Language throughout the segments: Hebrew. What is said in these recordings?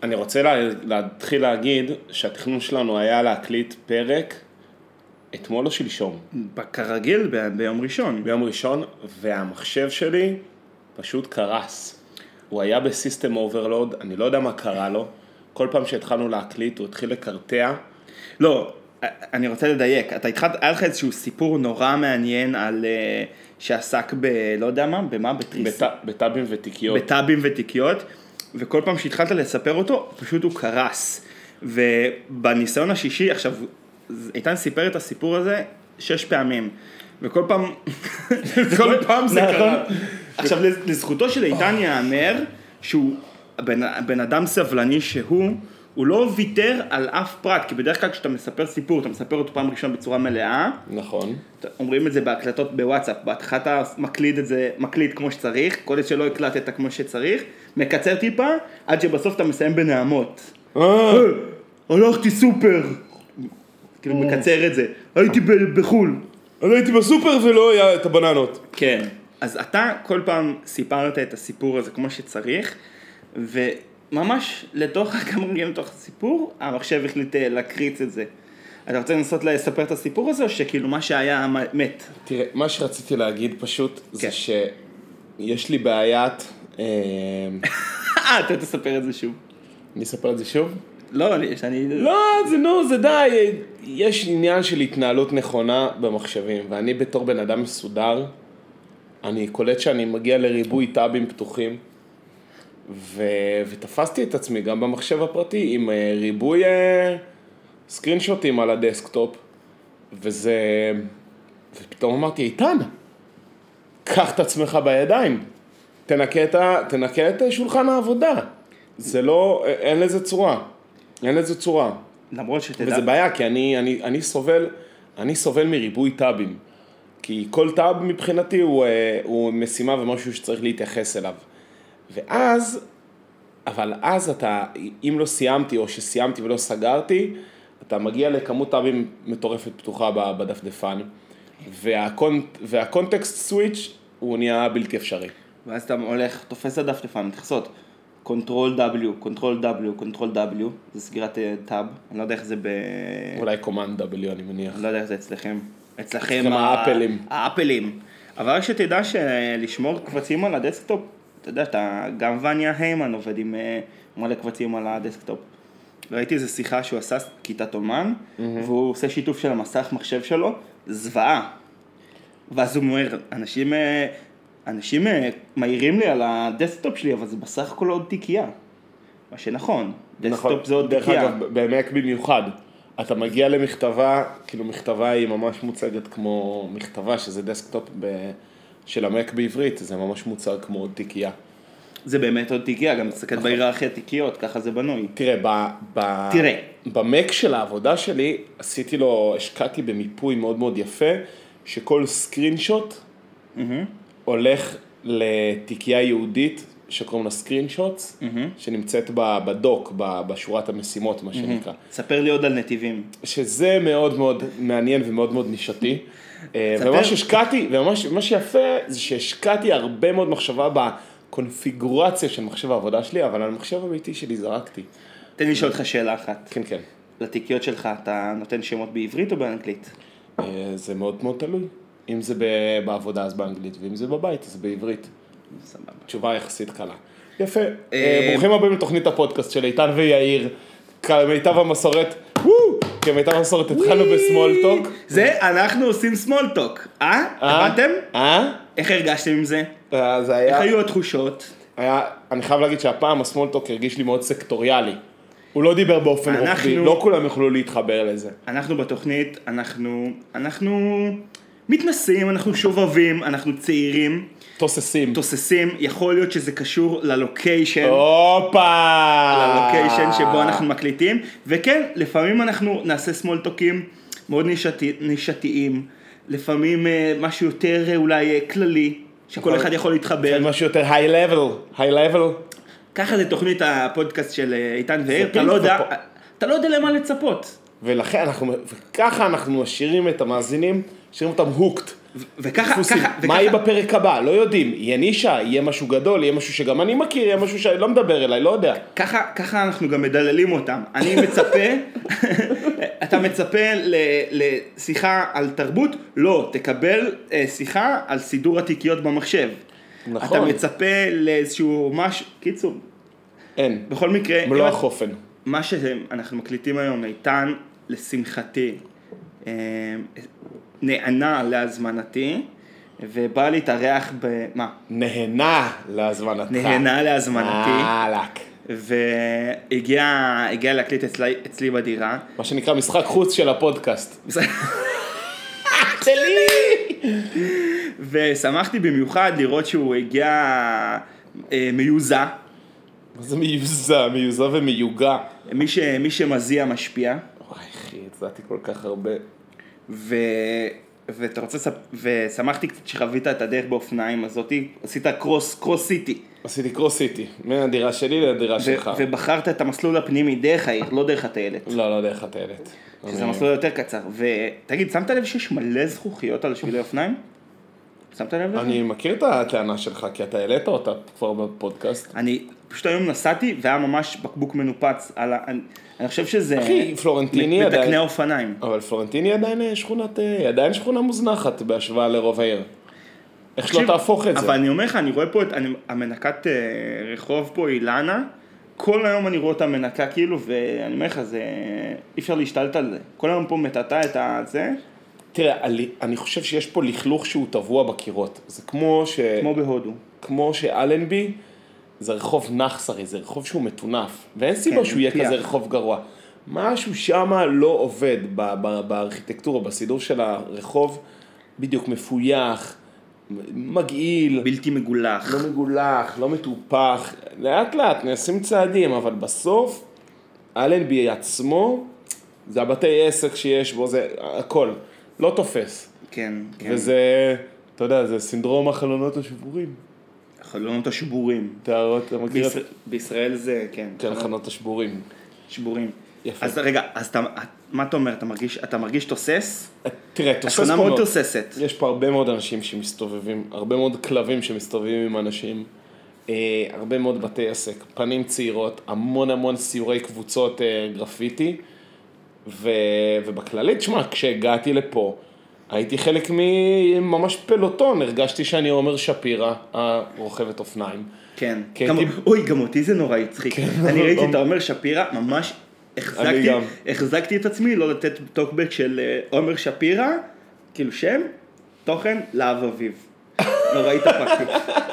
אני רוצה להתחיל להגיד שהתכנון שלנו היה להקליט פרק אתמול או שלשום. כרגיל ביום ראשון. ביום ראשון, והמחשב שלי פשוט קרס. הוא היה בסיסטם אוברלוד, אני לא יודע מה קרה לו. כל פעם שהתחלנו להקליט הוא התחיל לקרטע. לא, אני רוצה לדייק. היה לך איזשהו סיפור נורא מעניין על שעסק לא יודע מה, במה? בטאבים ותיקיות. בטאבים ותיקיות, וכל פעם שהתחלת לספר אותו, פשוט הוא קרס. ובניסיון השישי, עכשיו, איתן סיפר את הסיפור הזה 6 פעמים, וכל פעם, כל פעם זה קרה. עכשיו, לזכותו של איתן יאמר, שהוא בן אדם סבלני הוא לא ויתר על אף פרט, כי בדרך כלל כשאתה מספר סיפור, אתה מספר אותו פעם ראשונה בצורה מלאה. נכון. אומרים את זה בהקלטות בוואטסאפ, בהתחלה אתה מקליט כמו שצריך, כל עוד שלא הקלטת כמו שצריך, מקצר טיפה, עד שבסוף אתה מסיים בנעמות. הלכתי סופר. כאילו מקצר את זה. הייתי בחול. אני הייתי בסופר ולא היה את הבננות. כן. אז אתה כל פעם סיפרת את הסיפור הזה כמו שצריך, וממש כמה רגעים לתוך הסיפור, המחשב החליט להקריץ את זה. אתה רוצה לנסות לספר את הסיפור הזה, או שכאילו מה שהיה מת? תראה, מה שרציתי להגיד פשוט, זה שיש לי בעיית... אתה תספר את זה שוב. אני אספר את זה שוב? לא, זה די, יש עניין של התנהלות נכונה במחשבים, ואני בתור בן אדם מסודר, אני קולט שאני מגיע לריבוי טאבים פתוחים, ותפסתי את עצמי גם במחשב הפרטי עם ריבוי סקרינשוטים על הדסקטופ, ופתאום אמרתי, איתן, קח את עצמך בידיים, תנקה את שולחן העבודה, זה לא, אין לזה צורה. למרות שתדע. וזה בעיה, כי אני סובל מריבוי טאבים, כי כל טאב מבחינתי הוא משימה ומשהו שצריך להתייחס אליו. אבל אז אתה, אם לא סיימתי או שסיימתי ולא סגרתי, אתה מגיע לכמות טאבים מטורפת פתוחה בדפדפן, והקונטקסט סוויץ' הוא נהיה בלתי אפשרי. ואז אתה הולך, תופס את הדפדפן, תחסות, Ctrl W, Ctrl W, Ctrl W, זה סגירת טאב, אני לא יודע איך זה אולי Command W, אני מניח. אני לא יודע איך זה אצלכם. אצלכם האפלים. אבל שתדע שלשמור קבצים על הדסקטופ, אתה יודע, גם וניה היימן עובד עם מלא קבצים על הדסקטופ. ראיתי איזו שיחה שהוא עשה כיתת אומן, והוא עושה שיתוף של המסך מחשב שלו, זוועה. ואז הוא אומר, אנשים מהירים לי על הדסקטופ שלי, אבל זה בסך הכל עוד תיקייה. מה שנכון, דסקטופ זה עוד תיקייה. דרך אגב, במק במיוחד, אתה מגיע למכתבה, כאילו מכתבה היא ממש מוצגת כמו מכתבה, שזה דסקטופ של המק בעברית, זה ממש מוצג כמו עוד תיקייה. זה באמת עוד תיקייה, גם תסתכל בהיררכיה תיקיות, ככה זה בנוי. תראה, במק של העבודה שלי, השקעתי במיפוי מאוד מאוד יפה, שכל סקרינשוט הולך לתיקייה יהודית, שקוראים לה סקרינשוטס, שנמצאת בדוק, בשורת המשימות, מה שנקרא. ספר לי עוד על נתיבים. שזה מאוד מאוד מעניין ומאוד מאוד נישתי. ומה שיפה זה שהשקעתי הרבה מאוד מחשבה בקונפיגורציה של מחשב העבודה שלי, אבל על המחשב הביתי שלי זרקתי. תן לי לשאול אותך שאלה אחת. כן, כן. לתיקיות שלך, אתה נותן שמות בעברית או באנגלית? זה מאוד מאוד תלוי. אם זה בעבודה אז באנגלית, ואם זה בבית אז בעברית. סבבה. תשובה יחסית קלה. יפה. ברוכים הבאים לתוכנית הפודקאסט של איתן ויאיר, כמיטב המסורת. כמיטב המסורת התחלנו בסמולטוק. אנחנו עושים סמולטוק. הבנתם? איך הרגשתם עם זה? איך היו התחושות? אני חייב להגיד שהפעם הסמולטוק הרגיש לי מאוד סקטוריאלי. הוא לא דיבר באופן רוחבי, לא כולם יכולו להתחבר לזה. אנחנו בתוכנית, אנחנו מתנסים, אנחנו שובבים, אנחנו צעירים. תוססים, יכול להיות שזה קשור ללוקיישן. ללוקיישן שבו אנחנו מקליטים. וכן, לפעמים אנחנו נעשה סמולטוקים מאוד נישתיים. לפעמים משהו יותר אולי כללי, שכל אחד יכול להתחבר. משהו יותר high level. ככה זה תוכנית הפודקאסט של איתן ואיר, אתה לא יודע למה לצפות. וככה אנחנו משאירים את המאזינים, משאירים אותם הוקט וככה, מה יהיה בפרק הבא? לא יודעים. יהיה נישה, יהיה משהו גדול, יהיה משהו שגם אני מכיר, יהיה משהו שלא מדבר אליי, לא יודע. ככה אנחנו גם מדללים אותם. אני מצפה, אתה מצפה לשיחה על תרבות? לא, תקבל שיחה על סידור התיקיות במחשב. נכון. אתה מצפה לאיזשהו משהו, קיצור. אין. בכל מקרה, מלוא החופן. מה שאנחנו מקליטים היום, איתן, לשמחתי, נענה להזמנתי, ובא להתארח מה? נהנה להזמנתך. נהנה להזמנתי. אהלק. והגיע להקליט אצלי בדירה. מה שנקרא משחק חוץ של הפודקאסט. ושמחתי במיוחד לראות שהוא הגיע מיוזה. מה זה מיוזה? מיוזה ומיוגה. מי שמזיע משפיע. וואי אחי, הצדעתי כל כך הרבה. ואתה רוצה, ושמחתי קצת שחווית את הדרך באופניים הזאתי, עשית קרוס סיטי. עשיתי קרוס סיטי, מהדירה שלי לדירה שלך. ובחרת את המסלול הפנימי דרך העיר, לא דרך הטיילת. לא דרך הטיילת. שזה מסלול יותר קצר. ותגיד, שמת לב שיש מלא זכוכיות על שבילי אופניים? שמת לב לזה? אני מכיר את הטענה שלך, כי אתה העלית אותה כבר בפודקאסט. אני פשוט היום נסעתי, והיה ממש בקבוק מנופץ על אני חושב שזה... אחי, פלורנטיני עדיין... מתקני אופניים. אבל פלורנטיני עדיין שכונה מוזנחת בהשוואה לרוב העיר. איך שלא תהפוך את זה? אבל אני אומר לך, אני רואה פה את המנקת רחוב פה, אילנה, כל היום אני רואה את המנקה כאילו, ואני אומר לך, אי אפשר להשתלט על זה. כל היום פה מטאטה את זה. תראה, אני חושב שיש פה לכלוך שהוא טבוע בקירות. זה כמו בהודו. כמו שאלנבי, זה רחוב נחסרי, זה רחוב שהוא מטונף, ואין סיבה שהוא יהיה כזה רחוב גרוע. משהו שמה לא עובד בארכיטקטורה, בסידור של הרחוב, בדיוק מפויח, מגעיל. בלתי מגולח. לא מגולח, לא מטופח. לאט לאט נעשים צעדים, אבל בסוף, אלנבי עצמו, זה הבתי עסק שיש בו, זה הכל. לא תופס. כן. וזה, אתה יודע, זה סינדרום החלונות השבורים. החלונות השבורים. אתה מכיר? בישראל זה, כן. כן, החלונות השבורים. שבורים. יפה. אז רגע, מה אתה אומר? אתה מרגיש תוסס? תראה, תוסס פה השכונה מאוד תוססת. יש פה הרבה מאוד אנשים שמסתובבים, הרבה מאוד כלבים שמסתובבים עם אנשים, הרבה מאוד בתי עסק, פנים צעירות, המון סיורי קבוצות גרפיטי, ובכללית, שמע, כשהגעתי לפה, הייתי חלק מממש פלוטון, הרגשתי שאני עומר שפירא, הרוכבת אופניים. כן, גם אותי זה נורא הצחיק. אני ראיתי את עומר שפירא, ממש החזקתי את עצמי לא לתת טוקבק של עומר שפירא, כאילו שם, תוכן, להב אביב. לא ראית פרקטי.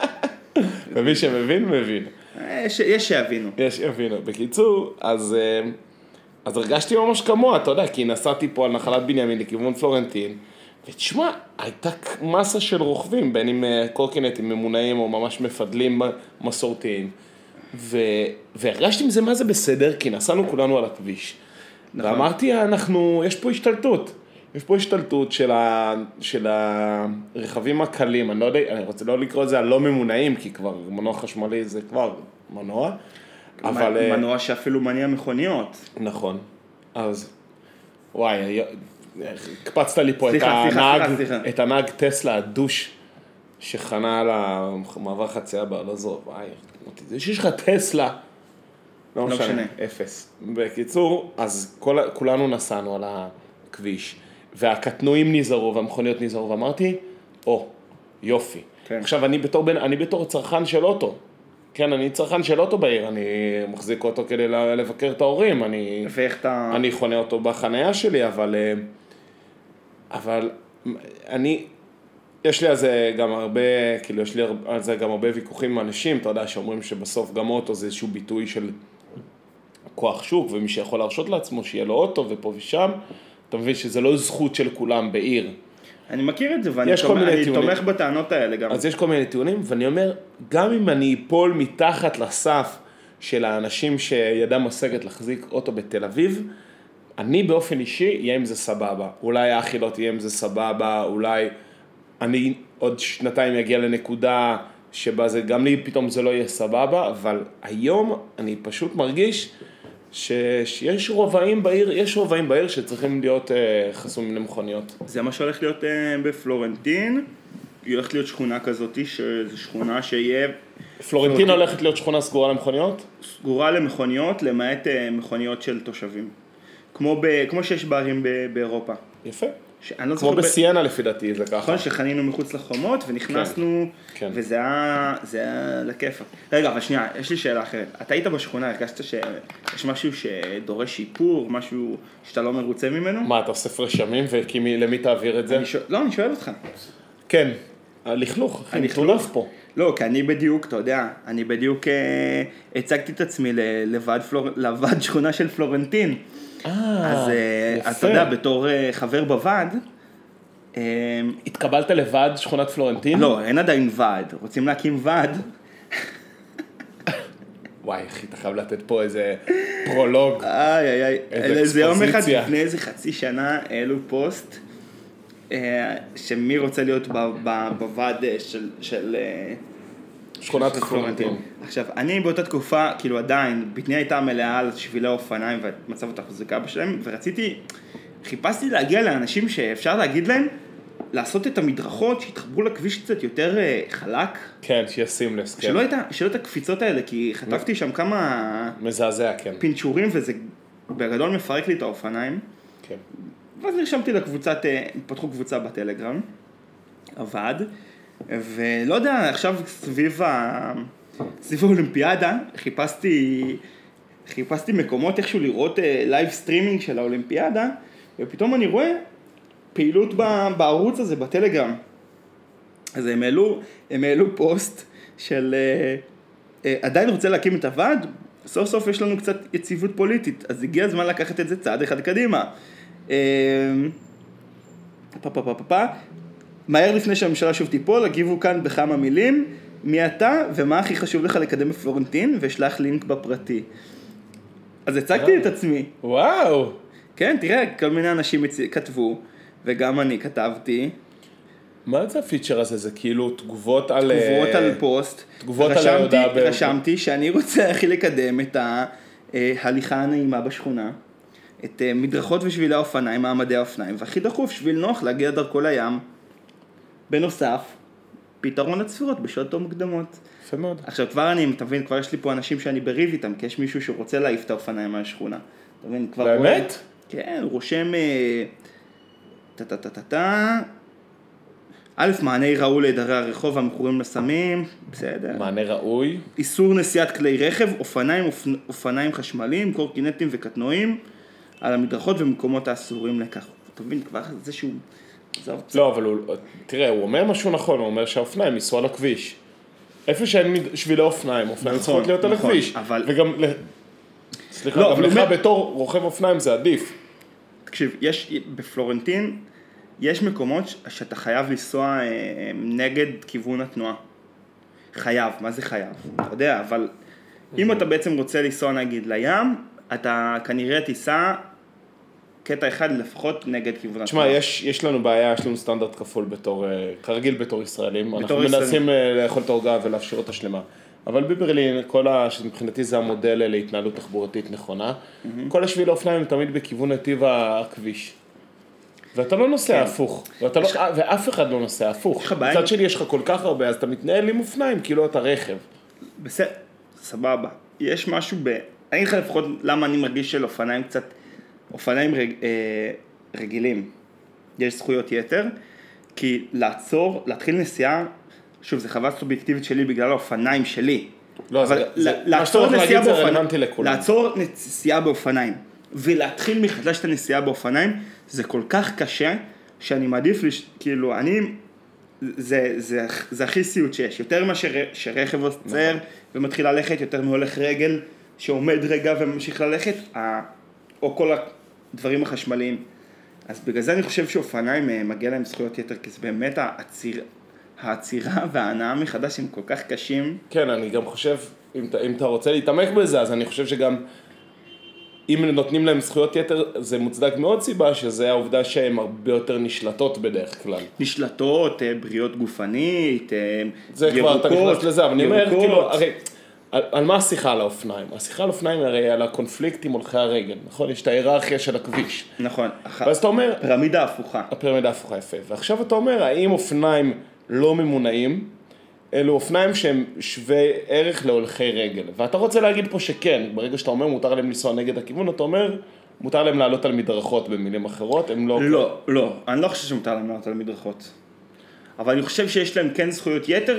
ומי שמבין, מבין. יש שיבינו. בקיצור, אז הרגשתי ממש כמוה, אתה יודע, כי נסעתי פה על נחלת בנימין לכיוון פלורנטין, ותשמע, הייתה מסה של רוכבים, בין אם קורקינטים ממונעים או ממש מפדלים מסורתיים, והרגשתי עם זה מה זה בסדר, כי נסענו כולנו על הכביש. נכון. ואמרתי, יש פה השתלטות של הרכבים הקלים, אני לא יודע, אני רוצה לא לקרוא את זה הלא ממונעים, כי כבר מנוע חשמלי זה כבר מנוע, אבל... מנוע שאפילו מניע מכוניות. נכון, אז וואי, הקפצת לי פה את הנהג טסלה הדוש שחנה על המעבר חצייה באלעזור, וואי, יש לך טסלה, לא משנה, אפס. בקיצור, אז כולנו נסענו על הכביש, והקטנועים נזהרו והמכוניות נזהרו, ואמרתי, יופי. עכשיו, אני בתור צרכן של אוטו, כן, אני צרכן של אוטו בעיר, אני מחזיק אותו כדי לבקר את ההורים, אני חונה אותו בחניה שלי, אבל יש לי על זה גם הרבה, כאילו יש לי על זה גם הרבה ויכוחים עם אנשים, אתה יודע, שאומרים שבסוף גם אוטו זה איזשהו ביטוי של כוח שוק, ומי שיכול להרשות לעצמו שיהיה לו אוטו ופה ושם, אתה מבין שזה לא זכות של כולם בעיר. אני מכיר את זה, ואני תומך בטענות האלה גם. אז יש כל מיני טיעונים, ואני אומר, גם אם אני אפול מתחת לסף של האנשים שידם משגת להחזיק אוטו בתל אביב, אני באופן אישי יהיה עם זה סבבה. אולי האחי לא תהיה עם זה סבבה, אולי אני עוד שנתיים יגיע לנקודה שבה זה, גם לי פתאום זה לא יהיה סבבה, אבל היום אני פשוט מרגיש שיש רובעים בעיר, יש רובעים בעיר שצריכים להיות חסומים למכוניות. זה מה שהולך להיות בפלורנטין, היא הולכת להיות שכונה כזאת, שזו שכונה שיהיה... פלורנטין הולכת להיות שכונה סגורה למכוניות? סגורה למכוניות, למעט מכוניות של תושבים. כמו שיש בערים באירופה. יפה. כמו בסיינה לפי דעתי, זה ככה. נכון, שחנינו מחוץ לחומות ונכנסנו, וזה היה לכיף. רגע, אבל שנייה, יש לי שאלה אחרת. אתה היית בשכונה, הרגשת שיש משהו שדורש שיפור, משהו שאתה לא מרוצה ממנו? מה, אתה אוסף רשמים ולמי תעביר את זה? לא, אני שואל אותך. כן, הלכלוך, אחי, נטולף פה. לא, כי אני בדיוק, אתה יודע, אני בדיוק הצגתי את עצמי לוועד שכונה של פלורנטין. אז אתה יודע, בתור חבר בוועד... התקבלת לוועד שכונת פלורנטין? לא, אין עדיין ועד. רוצים להקים ועד. וואי, אחי, אתה חייב לתת פה איזה פרולוג. איזה יום אחד לפני איזה חצי שנה העלו פוסט, שמי רוצה להיות בוועד של... שכונת פלורנטין. עכשיו, אני באותה תקופה, כאילו עדיין, בטני הייתה מלאה על שבילי אופניים ומצב התחזוקה בשלהם, חיפשתי להגיע לאנשים שאפשר להגיד להם, לעשות את המדרכות, שיתחברו לכביש קצת יותר חלק. כן, שיהיה סימלס, כן. שלא את הקפיצות האלה, כי חטפתי שם כמה... מזעזע, כן. פינצ'ורים, וזה בגדול מפרק לי את האופניים. כן. ואז נרשמתי לקבוצת, פתחו קבוצה בטלגרם, הוועד, ולא יודע, עכשיו סביב האולימפיאדה, חיפשתי מקומות איכשהו לראות לייב סטרימינג של האולימפיאדה, ופתאום אני רואה פעילות בערוץ הזה, בטלגרם. אז הם העלו פוסט של עדיין רוצה להקים את הוועד, סוף סוף יש לנו קצת יציבות פוליטית, אז הגיע הזמן לקחת את זה צעד אחד קדימה. מהר לפני שהממשלה שוב תיפול, הגיבו כאן בכמה מילים, מי אתה ומה הכי חשוב לך לקדם בפלורנטין, ושלח לינק בפרטי. אז הצגתי את עצמי. וואו. כן, תראה, כל מיני אנשים כתבו, וגם אני כתבתי. מה זה הפיצ'ר הזה? זה כאילו תגובות על פוסט. תגובות על ההודעה. רשמתי שאני רוצה הכי לקדם את ההליכה הנעימה בשכונה, את מדרכות ושבילי האופניים, מעמדי האופניים, והכי דחוף, שביל נוח להגיע דרכו לים. בנוסף, פתרון לצפירות בשעות מוקדמות. יפה מאוד. עכשיו כבר אני מבין, כבר יש לי פה אנשים שאני בריב איתם, כי יש מישהו שרוצה להעיף את האופניים מהשכונה. באמת? כן, הוא רושם א', מענה ראוי לעדרי הרחוב המכורים לסמים, בסדר. מענה ראוי. איסור נסיעת כלי רכב, אופניים חשמליים, קורקינטים וקטנועים, על המדרכות ומקומות האסורים לכך. אתה מבין, כבר זה שהוא... לא, אבל תראה, הוא אומר משהו נכון, הוא אומר שהאופניים ייסעו על הכביש. איפה שאין שבילי אופניים, אופניים צריכות להיות על הכביש. וגם, סליחה, גם לך בתור רוכב אופניים זה עדיף. תקשיב, בפלורנטין, יש מקומות שאתה חייב לנסוע נגד כיוון התנועה. חייב, מה זה חייב? אתה יודע, אבל אם אתה בעצם רוצה לנסוע נגיד לים, אתה כנראה תיסע קטע אחד לפחות נגד כיוון התנועה. תשמע, יש לנו בעיה, יש לנו סטנדרט כפול כרגיל בתור ישראלים. אנחנו מנסים לאכול את ההורגה ולהפשיר אותה שלמה. אבל בברלין, שמבחינתי זה המודל להתנהלות תחבורתית נכונה, כל השביל האופניים תמיד בכיוון נתיב הכביש. ואתה לא נוסע הפוך, ואף אחד לא נוסע הפוך. בצד שלי יש לך כל כך הרבה, אז אתה מתנהל עם אופניים, כאילו אתה רכב. בסדר, סבבה. יש משהו אני אגיד לך לפחות למה אני מרגיש של אופניים קצת, אופניים רגילים. יש זכויות יתר, כי להתחיל נסיעה, שוב, זה חוויה סובייקטיבית שלי בגלל האופניים שלי. לא, אבל לעצור נסיעה באופניים, ולהתחיל מחדש את הנסיעה באופניים, זה כל כך קשה, שאני מעדיף, כאילו, זה הכי סיוט שיש, יותר מה שרכב עוצר ומתחיל ללכת, יותר מהולך רגל שעומד רגע וממשיך ללכת, או כל הדברים החשמליים. אז בגלל זה אני חושב שאופניים מגיע להם זכויות יתר, כי זה באמת העצירה וההנאה מחדש הם כל כך קשים. כן, אני גם חושב, אם אתה רוצה להתעמק בזה, אז אני חושב שגם אם נותנים להם זכויות יתר, זה מוצדק מאוד סיבה, שזה העובדה שהן הרבה יותר נשלטות בדרך כלל. נשלטות, בריאות גופנית, זה כבר אתה נכנס לזה, אבל אני אומר, כאילו, הרי על מה השיחה על האופניים? השיחה על האופניים הרי על הקונפליקט עם הולכי הרגל, נכון? יש את ההיררכיה של הכביש. נכון. ואז אתה אומר... פירמידה הפוכה. הפירמידה הפוכה, יפה. ועכשיו אתה אומר, האם אופניים לא ממונעים, אלו אופניים שהם שווי ערך להולכי רגל. ואתה רוצה להגיד פה שכן, ברגע שאתה אומר מותר להם לנסוע נגד הכיוון, אתה אומר, מותר להם לעלות על מדרכות במילים אחרות, הם לא... לא, אני לא חושב שמותר להם לעלות על מדרכות. אבל אני חושב שיש להם כן זכויות יתר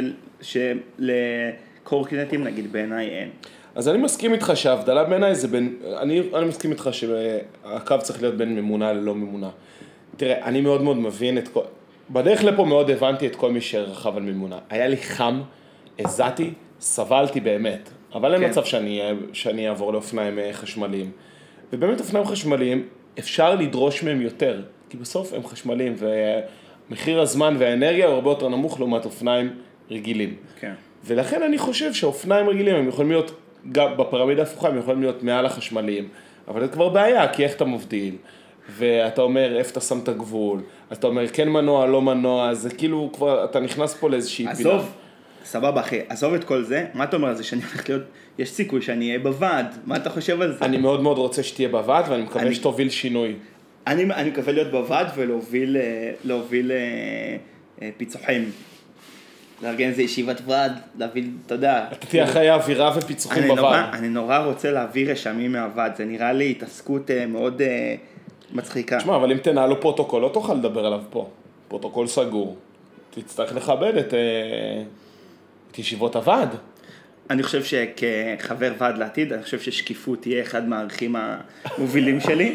שלקורקינטים נגיד בעיניי אין. אז אני מסכים איתך שההבדלה בעיניי זה בין, אני מסכים איתך שהקו צריך להיות בין ממונה ללא ממונה. תראה, אני מאוד מאוד מבין את כל, בדרך לפה מאוד הבנתי את כל מי שרכב על ממונה. היה לי חם, הזעתי, סבלתי באמת, אבל אין מצב שאני אעבור לאופניים חשמליים. ובאמת אופניים חשמליים אפשר לדרוש מהם יותר, כי בסוף הם חשמליים ומחיר הזמן והאנרגיה הוא הרבה יותר נמוך לעומת אופניים רגילים. כן. ולכן אני חושב שאופניים רגילים הם יכולים להיות, גם בפירמידה הפוכה הם יכולים להיות מעל החשמליים, אבל זה כבר בעיה, כי איך אתה מבדיל, ואתה אומר איפה אתה שם את הגבול, אז אתה אומר כן מנוע, לא מנוע, זה כאילו כבר, אתה נכנס פה לאיזושהי פינה. עזוב, סבבה אחי, עזוב את כל זה, מה אתה אומר על זה שאני הולך להיות, יש סיכוי שאני אהיה בוועד, מה אתה חושב על זה? אני מאוד מאוד רוצה שתהיה בוועד, ואני מקווה שתוביל שינוי. אני מקווה להיות בוועד ולהוביל פיצוחים. לארגן איזה ישיבת ועד, להביא, אתה יודע. אתה תהיה אחרי אווירה ופיצוחים בוועד. אני נורא רוצה להביא רשמים מהוועד, זה נראה לי התעסקות מאוד מצחיקה. תשמע, אבל אם תנהלו פרוטוקול, לא תוכל לדבר עליו פה. פרוטוקול סגור. תצטרך לכבד את ישיבות הוועד. אני חושב שכחבר ועד לעתיד, אני חושב ששקיפות תהיה אחד מהערכים המובילים שלי.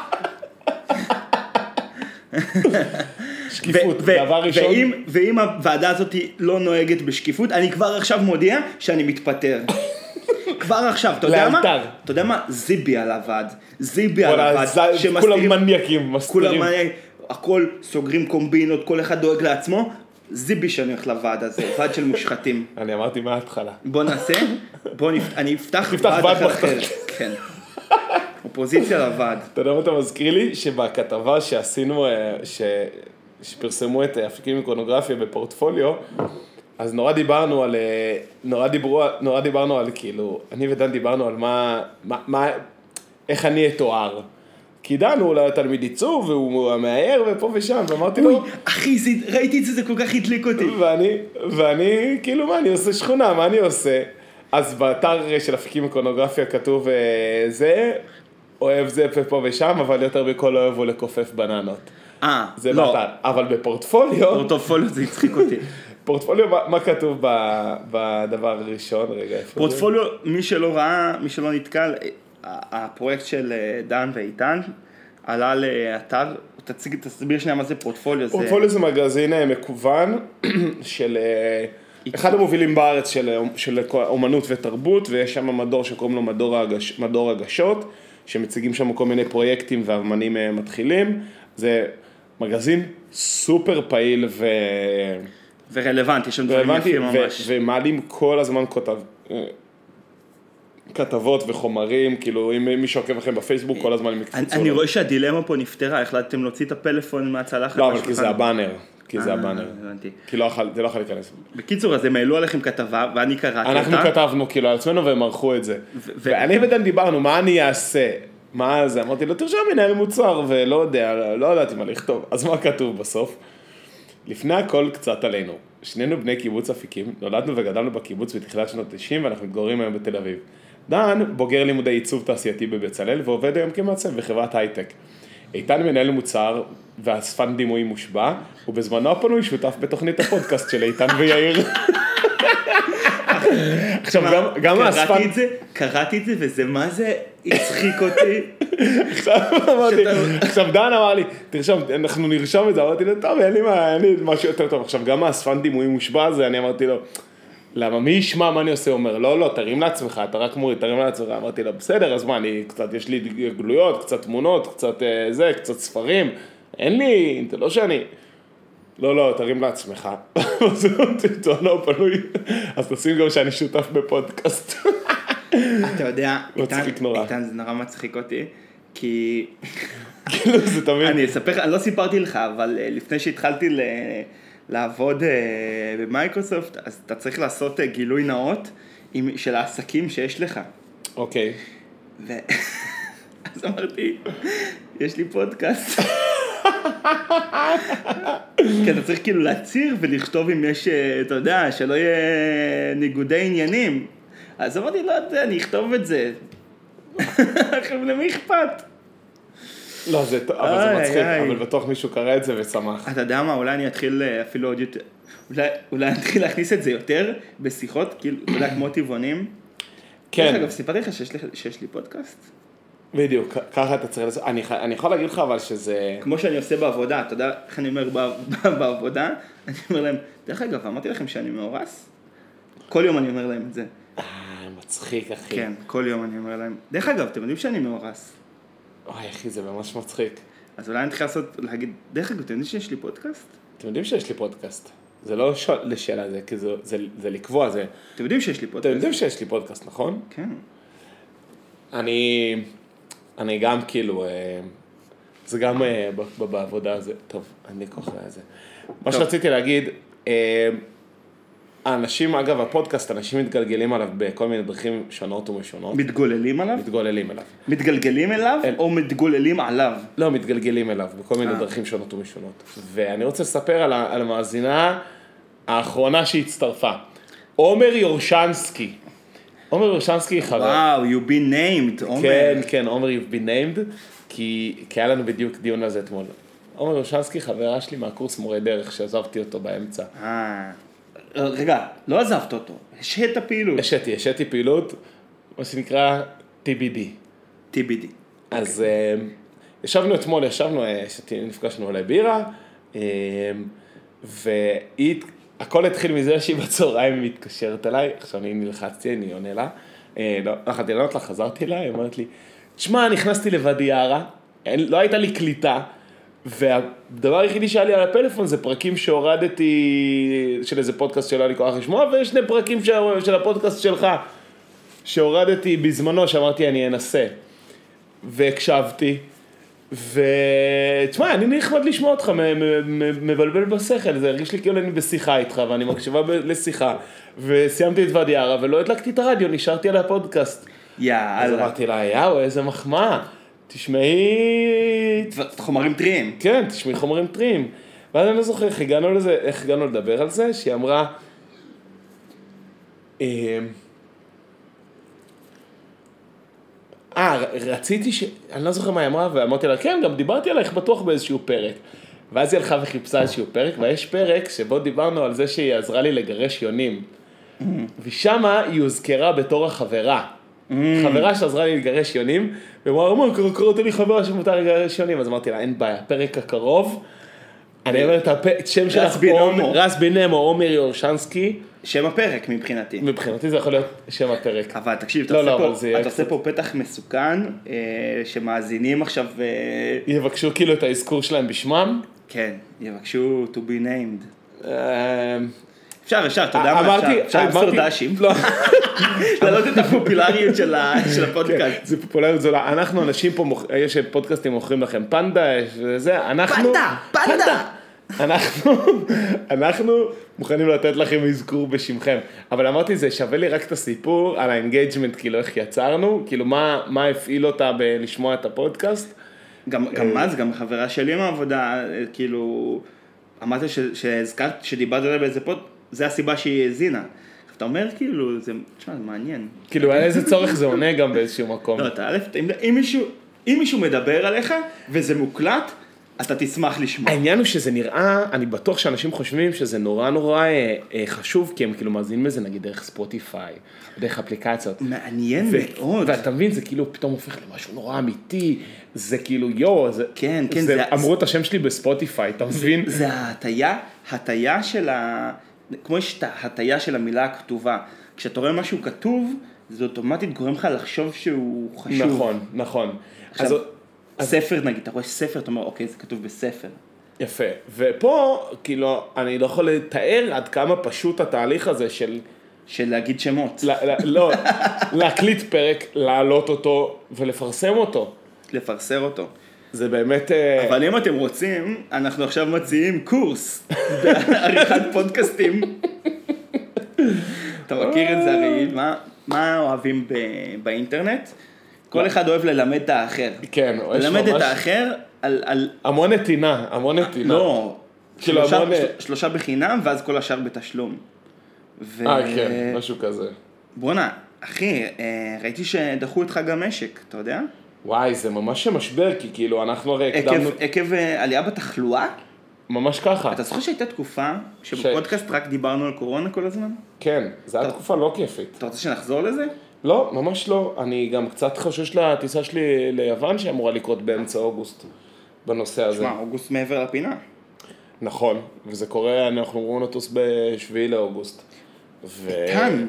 שקיפות, דבר ראשון. ואם הוועדה הזאת לא נוהגת בשקיפות, אני כבר עכשיו מודיע שאני מתפטר. כבר עכשיו, אתה יודע מה? אתה יודע מה? זיבי על הוועד. זיבי על הוועד. כולם מניאקים, מסתירים. הכל סוגרים קומבינות, כל אחד דואג לעצמו. זיבי שאני הולך לוועד הזה, ועד של מושחתים. אני אמרתי מההתחלה. בוא נעשה, אני אפתח ועד אחר. כן. אופוזיציה לוועד. אתה יודע מה אתה מזכיר לי? שבכתבה שעשינו, שפרסמו את אפיקים איקונוגרפיה בפורטפוליו, אז נורא דיברנו על כאילו, אני ודן דיברנו על איך אני אתואר. כי דן הוא לתלמיד עיצוב, והוא המאייר ופה ושם, ואמרתי לו... אחי, ראיתי את זה, זה כל כך הדליק אותי. ואני, כאילו, מה אני עושה שכונה, מה אני עושה? אז באתר של אפיקים איקונוגרפיה כתוב זה, אוהב זה פה ושם, אבל יותר בכל אוהב הוא לקופף בננות. זה לא. באתר, אבל בפורטפוליו... פורטפוליו זה הצחיק אותי. פורטפוליו, מה כתוב בדבר הראשון? רגע, איפה זה? פורטפוליו, מי שלא ראה, מי שלא נתקל, הפרויקט של דן ואיתן עלה לאתר, תסביר שנייה מה זה פורטפוליו. פורטפוליו זה מגזין מקוון של אחד המובילים בארץ של אומנות ותרבות, ויש שם מדור שקוראים לו מדור הגשות, שמציגים שם כל מיני פרויקטים ואמנים מתחילים. זה מגזין סופר פעיל ורלוונטי, יש שם דברים יפים ממש. ומעלים כל הזמן כתבות וחומרים, כאילו אם מי שעוקב לכם בפייסבוק כל הזמן הם יקפצו. אני רואה שהדילמה פה נפתרה, החלטתם להוציא את הפלאפון מהצלחת. לא, אבל כי זה הבאנר. כי זה הבאנר. כי זה לא יכול להיכנס. בקיצור, אז הם העלו עליכם כתבה, ואני קראתי אותה. אנחנו כתבנו כאילו על עצמנו והם ערכו את זה. ואני ודן דיברנו, מה אני אעשה? מה זה? אמרתי לו, תרשום מנהל מוצר, ולא יודע, לא ידעתי מה לכתוב. אז מה כתוב בסוף? לפני הכל קצת עלינו. שנינו בני קיבוץ אפיקים, נולדנו וגדלנו בקיבוץ בתחילת שנות 90, ואנחנו מתגוררים היום בתל אביב. דן בוגר לימודי עיצוב תעשייתי בבצלאל, ועובד היום כמעצב בחברת הייטק. איתן מנהל מוצר ואספן דימוי מושבע, ובזמנו הפנוי שותף בתוכנית הפודקאסט של איתן ויאיר. עכשיו גם האספן... קראתי את זה וזה מה זה הצחיק אותי. עכשיו דן אמר לי, תרשום, אנחנו נרשום את זה, אמרתי לו, טוב, אין לי משהו יותר טוב. עכשיו גם האספן דימוי מושבע הזה, אני אמרתי לו, למה מי ישמע מה אני עושה? הוא אומר, לא, תרים לעצמך, אתה רק מוריד, תרים לעצמך. אמרתי לו, בסדר, אז מה, יש לי גלויות, קצת תמונות, קצת ספרים, אין לי, זה לא שאני... לא, תרים לעצמך. אז הוא פנוי, אז תשים גם שאני שותף בפודקאסט. אתה יודע, איתן זה נורא מצחיק אותי, כי... כאילו זה תמיד... אני אספר לך, אני לא סיפרתי לך, אבל לפני שהתחלתי לעבוד במייקרוסופט, אז אתה צריך לעשות גילוי נאות של העסקים שיש לך. אוקיי. אז אמרתי, יש לי פודקאסט. כי אתה צריך כאילו להצהיר ולכתוב אם יש, אתה יודע, שלא יהיה ניגודי עניינים. אז אמרתי, לא יודע, אני אכתוב את זה. למי אכפת? לא, אבל זה מצחיק, אבל בטוח מישהו קרא את זה ושמח. אתה יודע מה, אולי אני אתחיל אפילו עוד יותר, אולי אני אתחיל להכניס את זה יותר בשיחות, כאילו, אתה יודע, כמו טבעונים. כן. אגב, סיפרתי לך שיש לי פודקאסט? בדיוק, ככה אתה צריך לעשות. אני יכול להגיד לך אבל שזה... כמו שאני עושה בעבודה, אתה יודע איך אני אומר בעבודה? אני אומר להם, דרך אגב, אמרתי לכם שאני מאורס? כל יום אני אומר להם את זה. מצחיק, אחי. כן, כל יום אני אומר להם. דרך אגב, אתם יודעים שאני מאורס? אוי, אחי, זה ממש מצחיק. אז אולי אני צריך להגיד, דרך אגב, אתם יודעים שיש לי פודקאסט? אתם יודעים שיש לי פודקאסט. זה לא לשאלה, זה, כי זה לקבוע, זה... אתם יודעים שיש לי פודקאסט? אתם יודעים שיש לי פודקאסט, נכון? כן. אני גם כאילו, זה גם בעבודה הזה, טוב, אני כוח לזה. מה שרציתי להגיד, האנשים, אגב, הפודקאסט, אנשים מתגלגלים עליו בכל מיני דרכים שונות ומשונות. מתגוללים עליו? מתגוללים עליו. מתגלגלים אליו או מתגוללים עליו? לא, מתגלגלים אליו בכל מיני דרכים שונות ומשונות. ואני רוצה לספר על המאזינה האחרונה שהצטרפה. עומר יורשנסקי. עומר יורשנסקי חבר. וואו, you've been named, עומר. כן, כן, עומר you've been named, כי היה לנו בדיוק דיון על זה אתמול. עומר יורשנסקי חברה שלי מהקורס מורה דרך, שעזבתי אותו באמצע. רגע, לא עזבת אותו, השהית פעילות. השהיתי פעילות, מה שנקרא TBD. TBD. אז ישבנו אתמול, נפגשנו עלי בירה, והכל התחיל מזה שהיא בצהריים היא מתקשרת אליי, עכשיו אני נלחצתי, אני עונה לה, לא יכולתי לענות לה, חזרתי לה, היא אומרת לי, תשמע, נכנסתי לוואדי יערה, לא הייתה לי קליטה, והדבר היחידי שהיה לי על הפלאפון זה פרקים שהורדתי של איזה פודקאסט שלא היה לי כוח לשמוע, ויש שני פרקים של הפודקאסט שלך שהורדתי בזמנו, שאמרתי אני אנסה. והקשבתי, ותשמע, אני נחמד לשמוע אותך, מבלבל בשכל, זה הרגיש לי כאילו אני בשיחה איתך, ואני מקשיבה לשיחה, וסיימתי את ואדי ערה, ולא הדלקתי את הרדיו, נשארתי על הפודקאסט. יאללה. אז אמרתי לה, יאו, איזה מחמאה. תשמעי... חומרים טריים. כן, תשמעי חומרים טריים. ואז אני לא זוכר איך הגענו לדבר על זה, שהיא אמרה... רציתי אני לא זוכר מה היא אמרה, ואמרתי לה, כן, גם דיברתי עלייך בטוח באיזשהו פרק. ואז היא הלכה וחיפשה איזשהו פרק, ויש פרק שבו דיברנו על זה שהיא עזרה לי לגרש יונים. ושמה היא הוזכרה בתור החברה. חברה שעזרה לי לגרש יונים, ואמרה, קוראת לי חברה שמותר לגרש יונים, אז אמרתי לה, אין בעיה, הפרק הקרוב, אני אומר את שם שלך, רס בינמו, עומר יורשנסקי. שם הפרק מבחינתי. מבחינתי זה יכול להיות שם הפרק. אבל תקשיב, אתה עושה פה פתח מסוכן, שמאזינים עכשיו... יבקשו כאילו את האזכור שלהם בשמם? כן, יבקשו to be named. אפשר, אתה יודע מה, אפשר למסור דשים. להעלות את הפופולריות של הפודקאסט. זה פופולריות זולה. אנחנו אנשים פה, יש פודקאסטים מוכרים לכם פנדה, וזה, אנחנו... פנדה! אנחנו מוכנים לתת לכם אזכור בשמכם. אבל אמרתי, זה שווה לי רק את הסיפור על האנגייג'מנט, כאילו איך יצרנו, כאילו מה הפעיל אותה בלשמוע את הפודקאסט. גם מה זה, גם חברה שלי מהעבודה, כאילו, אמרתי שהזכרת, שדיברת עליה באיזה פוד, זה הסיבה שהיא הזינה. אתה אומר כאילו, זה מעניין. כאילו, על איזה צורך זה עונה גם באיזשהו מקום. לא, אם מישהו מדבר עליך, וזה מוקלט, אתה תשמח לשמוע. העניין הוא שזה נראה, אני בטוח שאנשים חושבים שזה נורא חשוב, כי הם כאילו מאזינים לזה, נגיד, דרך ספוטיפיי, דרך אפליקציות. מעניין מאוד. ואתה מבין, זה כאילו פתאום הופך למשהו נורא אמיתי, זה כאילו, יו, כן, אמרו את השם שלי בספוטיפיי, אתה מבין? זה הטיה של כמו יש את ההטיה של המילה הכתובה. כשאתה רואה משהו כתוב, זה אוטומטית גורם לך לחשוב שהוא חשוב. נכון. עכשיו, ספר נגיד, אתה רואה ספר, אתה אומר, אוקיי, זה כתוב בספר. יפה. ופה, כאילו, אני לא יכול לתאר עד כמה פשוט התהליך הזה של להגיד שמות. לא, להקליט פרק, להעלות אותו ולפרסם אותו. לפרסם אותו. זה באמת... אבל אם אתם רוצים, אנחנו עכשיו מציעים קורס בעריכת פודקאסטים. אתה מכיר את זה הרי, מה אוהבים באינטרנט? כל אחד אוהב ללמד את האחר. כן, ללמד את האחר על... המון נתינה, המון נתינה. לא, 3 בחינם, ואז כל השאר בתשלום. כן, משהו כזה. בוא'נה, אחי, ראיתי שדחו את חג המשק, אתה יודע? וואי, זה ממש משבר, כי כאילו אנחנו הרי הקדמנו... עקב עלייה בתחלואה? ממש ככה. אתה זוכר שהייתה תקופה שבפודקאסט רק דיברנו על קורונה כל הזמן? כן, זו הייתה תקופה לא כיפית. אתה רוצה שנחזור לזה? לא, ממש לא. אני גם קצת חושש לטיסה שלי ליוון שאמורה לקרות באמצע אוגוסט בנושא הזה. שמע, אוגוסט מעבר לפינה. נכון, וזה קורה, אנחנו אמורים לטוס ב7 לאוגוסט. איתן,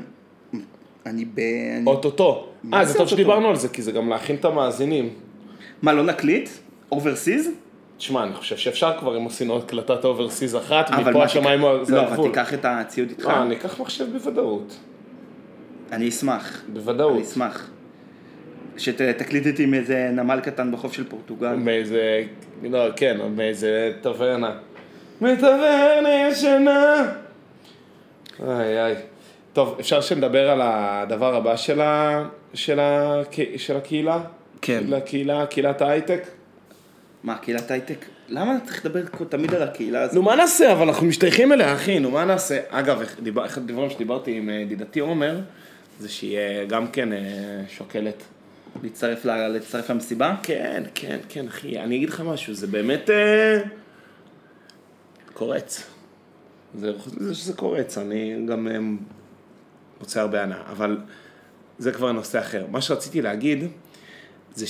אוטוטו. זה טוב שדיברנו על זה, כי זה גם להכין את המאזינים. מה, לא נקליט? אוברסיז? תשמע, אני חושב שאפשר כבר אם עשינו הקלטת אוברסיז אחת, מפה השמיים זה הגבול. לא, אבל תיקח את הציוד איתך. אני אקח מחשב בוודאות. אני אשמח. בוודאות. אני אשמח. שתקליט איתי מאיזה נמל קטן בחוף של פורטוגל. מאיזה, לא, כן, מאיזה טברנה. מטברנה ישנה. איי. טוב, אפשר שנדבר על הדבר הבא של הקהילה? כן. קהילת ההייטק? מה, קהילת הייטק? למה אתה צריך לדבר תמיד על הקהילה הזאת? נו, מה נעשה? אבל אנחנו משתייכים אליה, אחי, נו, מה נעשה? אגב, אחד הדברים שדיברתי עם ידידתי עומר, זה שהיא גם כן שוקלת. להצטרף למסיבה? כן, אחי, אני אגיד לך משהו, זה באמת קורץ. זה שזה קורץ, אני גם רוצה הרבה ענה, אבל זה כבר נושא אחר. מה שרציתי להגיד, זה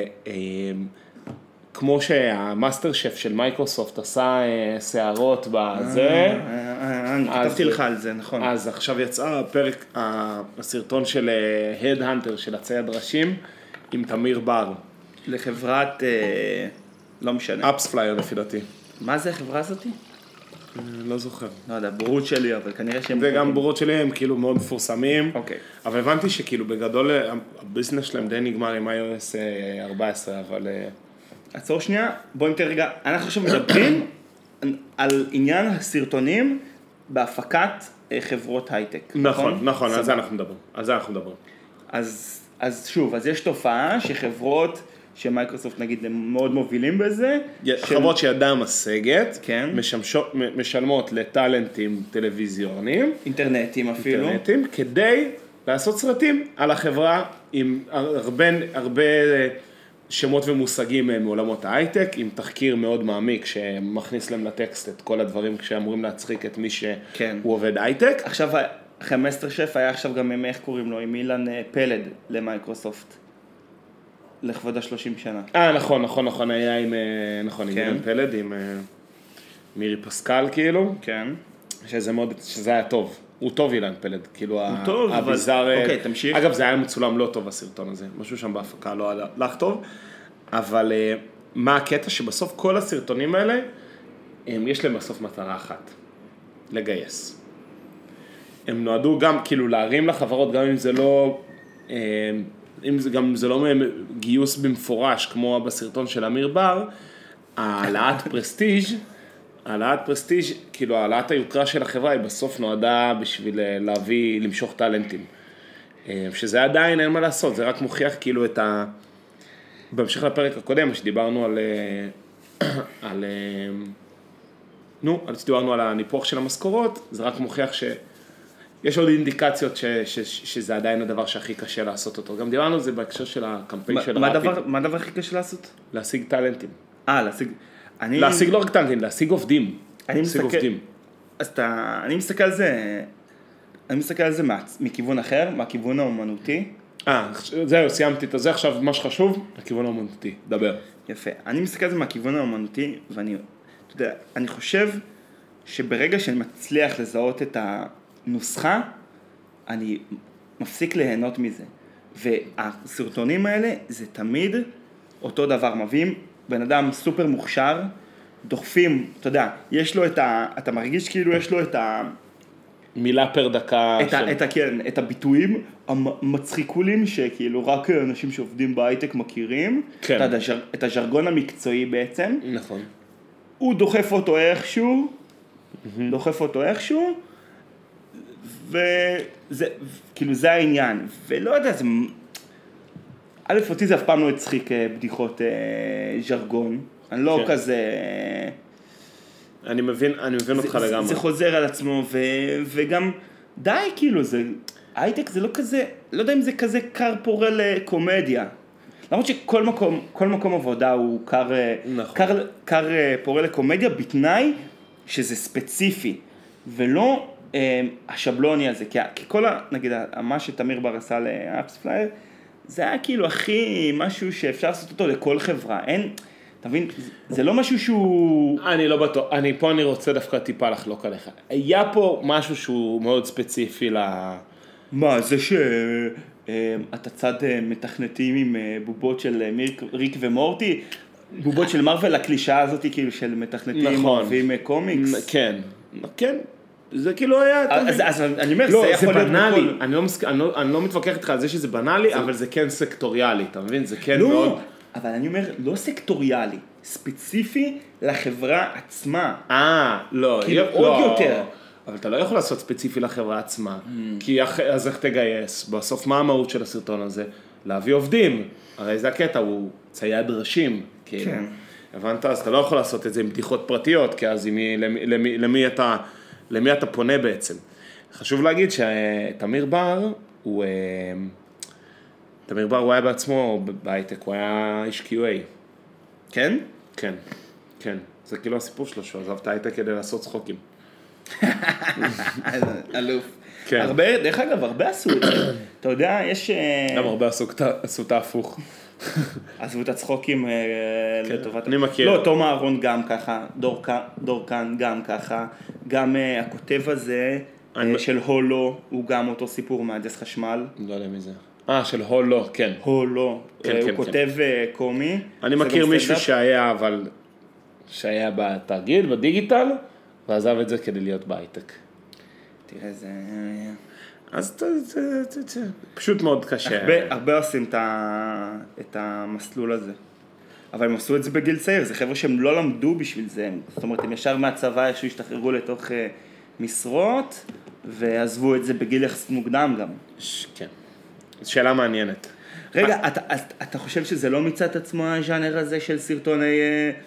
כמו שהמאסטר שף של מייקרוסופט עשה שערות בזה. אני כתבתי לך על זה, נכון. אז עכשיו יצא הסרטון של Headhunter של הצייד ראשים עם תמיר בר. לחברת, לא משנה. אפספלייר לפי דעתי. מה זה החברה הזאתי? לא זוכר. לא יודע, בורות שלי, אבל כנראה שהם... זה גם בורות שלי, הם כאילו מאוד מפורסמים. אוקיי. אבל הבנתי שכאילו בגדול הביזנס שלהם די נגמר עם iOS 14, אבל... עצור שנייה, בוא נתן רגע, אנחנו עכשיו מדברים על עניין הסרטונים בהפקת חברות הייטק. נכון, על זה אנחנו מדברים. אז שוב, אז יש תופעה שחברות שמייקרוסופט נגיד הם מאוד מובילים בזה. חברות שידם משגת, כן. משלמות לטלנטים טלוויזיוניים. אינטרנטים אפילו. אינטרנטים, כדי לעשות סרטים על החברה עם הרבה שמות ומושגים מעולמות ההייטק, עם תחקיר מאוד מעמיק שמכניס להם לטקסט את כל הדברים שאמורים להצחיק את מי שהוא עובד הייטק. עכשיו, המאסטר שף היה עכשיו גם עם, איך קוראים לו, עם אילן פלד למייקרוסופט, לכבוד ה-30 שנה. נכון, היה עם אילן פלד, עם מירי פסקל כאילו. כן. שזה היה טוב. הוא טוב אילן פלד, כאילו טוב, הביזר... אוקיי, תמשיך. אגב, זה היה מצולם לא טוב הסרטון הזה, משהו שם בהפקה לא הלך טוב, אבל מה הקטע שבסוף כל הסרטונים האלה, יש להם בסוף מטרה אחת, לגייס. הם נועדו גם כאילו להרים לחברות, גם אם זה לא, זה לא גיוס במפורש, כמו בסרטון של אמיר בר, העלאת פרסטיג', כאילו העלאת היוקרה של החברה היא בסוף נועדה בשביל למשוך טלנטים. שזה עדיין אין מה לעשות, זה רק מוכיח כאילו בהמשך לפרק הקודם, שדיברנו דיברנו על הניפוח של המשכורות, זה רק מוכיח שיש עוד אינדיקציות שזה עדיין הדבר שהכי קשה לעשות אותו. גם דיברנו על זה בהקשר של הקמפיין של רפיד. מה הדבר הכי קשה לעשות? להשיג טלנטים. להשיג לא רק טלנטים, להשיג עובדים. אני מסתכל על זה מכיוון אחר, מהכיוון האומנותי. זהו, סיימתי את זה, עכשיו מה שחשוב, הכיוון האומנותי, דבר. יפה, אני מסתכל על זה מהכיוון האומנותי, ואני, אתה יודע, אני חושב שברגע שאני מצליח לזהות את הנוסחה, אני מפסיק ליהנות מזה. והסרטונים האלה זה תמיד אותו דבר, מביאים בן אדם סופר מוכשר, דוחפים, אתה יודע, יש לו אתה מרגיש כאילו יש לו את מילה פר דקה. את הביטויים המצחיקולים שכאילו רק אנשים שעובדים בהייטק מכירים. כן. את הז'רגון המקצועי בעצם. נכון. הוא דוחף אותו איכשהו, וזה, כאילו זה העניין, ולא יודע, זה, א' אותי זה אף פעם לא הצחיק בדיחות ז'רגון, אני לא כזה... אני מבין אותך לגמרי. זה חוזר על עצמו, וגם די כאילו, הייטק זה לא כזה, לא יודע אם זה כזה קר פורה לקומדיה. למרות שכל מקום עבודה הוא קר פורה לקומדיה, בתנאי שזה ספציפי, ולא השבלוני הזה, כי כל, נגיד, מה שתמיר בר עשה לאפס פלייר, זה היה כאילו הכי משהו שאפשר לעשות אותו לכל חברה, אין... אתה מבין? זה לא משהו שהוא... אני לא בטוח, פה אני רוצה דווקא טיפה לחלוק עליך. היה פה משהו שהוא מאוד ספציפי מה, זה שאתה צד מתכנתים עם בובות של ריק ומורטי, בובות של מרוול, הקלישאה הזאת כאילו של מתכנתים אוהבים קומיקס. כן, כן. זה כאילו היה... אז אני אומר, זה יכול להיות בנאלי. אני לא מתווכח איתך על זה שזה בנאלי, אבל זה כן סקטוריאלי, אתה מבין? זה כן מאוד... אבל אני אומר, לא סקטוריאלי, ספציפי לחברה עצמה. לא. כאילו עוד יותר. אבל אתה לא יכול לעשות ספציפי לחברה עצמה, כי אז איך תגייס? בסוף מה המהות של הסרטון הזה? להביא עובדים. הרי זה הקטע, הוא צייד ראשים. כן. הבנת? אז אתה לא יכול לעשות את זה עם בדיחות פרטיות, כי אז למי אתה פונה בעצם. חשוב להגיד שתמיר בר, הוא היה בעצמו בהייטק, הוא היה איש QA. כן? כן, כן. זה כאילו הסיפור שלו, שהוא עזב את ההייטק כדי לעשות צחוקים. אלוף. דרך אגב, הרבה עשו את זה. אתה יודע, יש... גם הרבה עשו את ההפוך. עשו את הצחוקים לטובת... אני מכיר. לא, תום אהרון גם ככה, דורקן גם ככה, גם הכותב הזה של הולו, הוא גם אותו סיפור מהנדס חשמל. לא יודע מי זה. של הולו, כן. הולו, הוא כותב קומי. אני מכיר מישהו שהיה בתאגיד, בדיגיטל, ועזב את זה כדי להיות בהייטק. תראה, זה... אז זה פשוט מאוד קשה. הרבה עושים את המסלול הזה. אבל הם עשו את זה בגיל צעיר, זה חבר'ה שהם לא למדו בשביל זה. זאת אומרת, הם ישר מהצבא איכשהו השתחררו לתוך משרות, ועזבו את זה בגיל יחסית מוקדם גם. כן. שאלה מעניינת. רגע, אתה חושב שזה לא מצד עצמו הז'אנר הזה של סרטוני...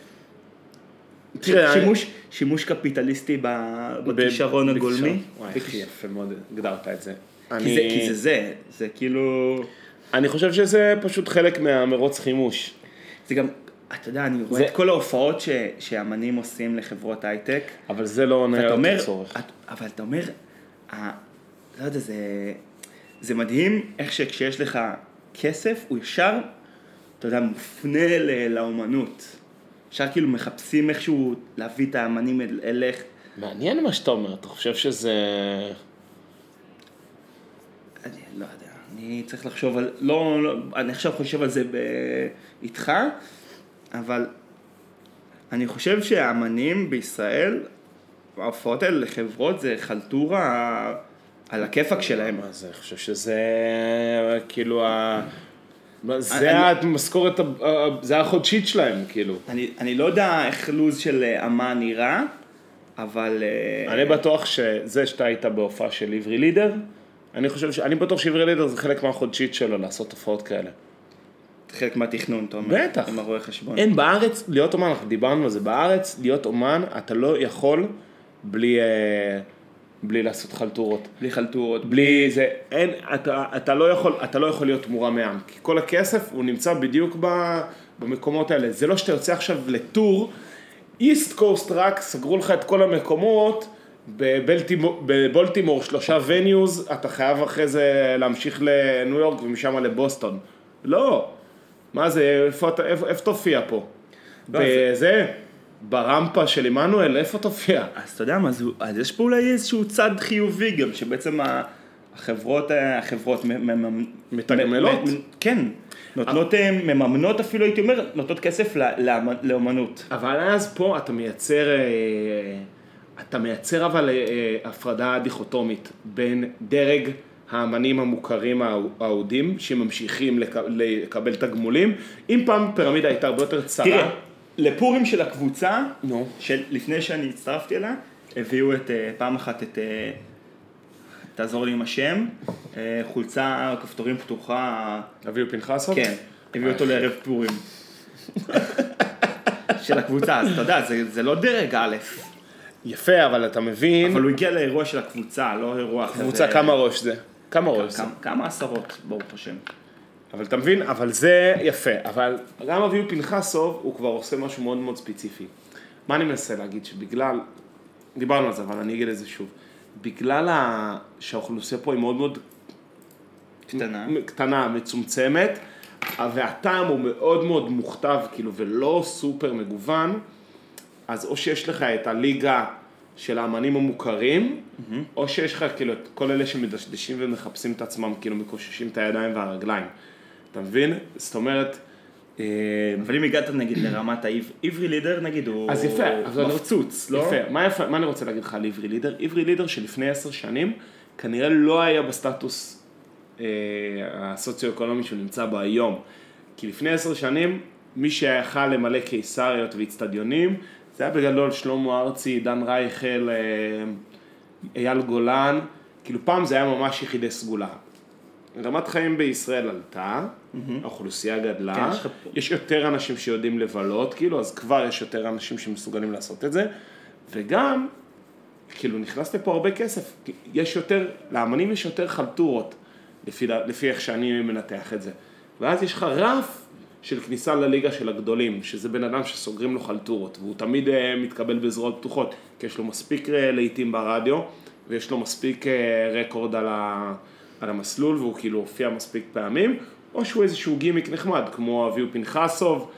שימוש קפיטליסטי בכישרון הגולמי? וואי, הכי יפה מאוד, הגדרת את זה. כי זה כאילו... אני חושב שזה פשוט חלק מהמרוץ חימוש. זה גם, אתה יודע, אני רואה את כל ההופעות שהאמנים עושים לחברות הייטק. אבל זה לא עונה אותו צורך. אבל אתה אומר, לא יודע, זה מדהים איך שכשיש לך כסף, הוא ישר, אתה יודע, מופנה לאומנות. אפשר כאילו מחפשים איכשהו להביא את האמנים אליך. מעניין מה שאתה אומר, אתה חושב שזה... אני לא יודע, אני צריך לחשוב על... לא, אני עכשיו חושב על זה איתך, אבל אני חושב שהאמנים בישראל, ההופעות האלה לחברות זה חלטורה על הכיפק שלהם. אז אני חושב שזה כאילו זה המשכורת, זה החודשית שלהם, כאילו. אני לא יודע איך לוז של אמן נראה, אבל... אני בטוח שזה שאתה היית בהופעה של עברי לידר, אני בטוח שעברי לידר זה חלק מהחודשית שלו לעשות הופעות כאלה. חלק מהתכנון, אתה אומר. בטח. עם הרואה חשבון. אין בארץ, להיות אומן, אנחנו דיברנו על זה, בארץ להיות אומן, אתה לא יכול בלי לעשות חלטורות. בלי חלטורות. בלי זה, אין, אתה לא יכול להיות תמורה מעם, כי כל הכסף הוא נמצא בדיוק במקומות האלה. זה לא שאתה יוצא עכשיו לטור, איסט קוסט רק, סגרו לך את כל המקומות, בבולטימור 3 וניוז, אתה חייב אחרי זה להמשיך לניו יורק ומשם לבוסטון. לא. מה זה, איפה תופיע פה? בזה, ברמפה של עמנואל, איפה תופיע? אז אתה יודע מה, אז יש פה אולי איזשהו צד חיובי גם, שבעצם החברות מתגמלות? כן, נותנות, מממנות אפילו, הייתי אומר, נותנות כסף לאמנות. אבל אז פה אתה מייצר אבל הפרדה דיכוטומית בין דרג האמנים המוכרים האהודים שממשיכים לקבל תגמולים. אם פעם פירמידה הייתה הרבה יותר צרה. תראה, לפורים של הקבוצה, לפני שאני הצטרפתי אליה, הביאו פעם אחת את תעזור לי עם השם, חולצה, כפתורים פתוחה. אביהו פנחסוב? כן, הביאו אותו לערב פורים. של הקבוצה, אז אתה יודע, זה לא דרג א'. יפה, אבל אתה מבין... אבל הוא הגיע לאירוע של הקבוצה, לא אירוע כזה... קבוצה כמה ראש זה? כמה ראש זה? כמה עשרות, ברוך השם. אבל אתה מבין, אבל זה יפה, אבל גם אביהו פנחסוב הוא כבר עושה משהו מאוד מאוד ספציפי. מה אני מנסה להגיד? שבגלל, דיברנו על זה, אבל אני אגיד את זה שוב, בגלל שהאוכלוסייה פה היא מאוד מאוד קטנה, מצומצמת, והטעם הוא מאוד מאוד מוכתב, כאילו, ולא סופר מגוון, אז או שיש לך את הליגה של האמנים המוכרים, או שיש לך כאילו את כל אלה שמדשדשים ומחפשים את עצמם, כאילו מקוששים את הידיים והרגליים. אתה מבין? זאת אומרת... אבל אם הגעת נגיד לרמת העברי לידר נגיד הוא... אז יפה. מפצוץ, לא? יפה. מה אני רוצה להגיד לך על עברי לידר? עברי לידר שלפני 10 שנים כנראה לא היה בסטטוס הסוציו-אקונומי שהוא נמצא בו היום. כי לפני 10 שנים מי שיכל למלא קיסריות ואצטדיונים, זה היה בגדול שלמה ארצי, דן רייכל, אייל גולן, כאילו פעם זה היה ממש יחידי סגולה. רמת חיים בישראל עלתה, האוכלוסייה גדלה, יש יותר אנשים שיודעים לבלות, כאילו, אז כבר יש יותר אנשים שמסוגלים לעשות את זה, וגם, כאילו, נכנס לפה הרבה כסף, יש יותר, לאמנים יש יותר חלטורות, לפי איך שאני מנתח את זה. ואז יש לך רף של כניסה לליגה של הגדולים, שזה בן אדם שסוגרים לו חלטורות, והוא תמיד מתקבל בזרועות פתוחות, כי יש לו מספיק לעיתים ברדיו, ויש לו מספיק רקורד על המסלול, והוא כאילו הופיע מספיק פעמים, או שהוא איזשהו גימיק נחמד, כמו אביהו פנחסוב,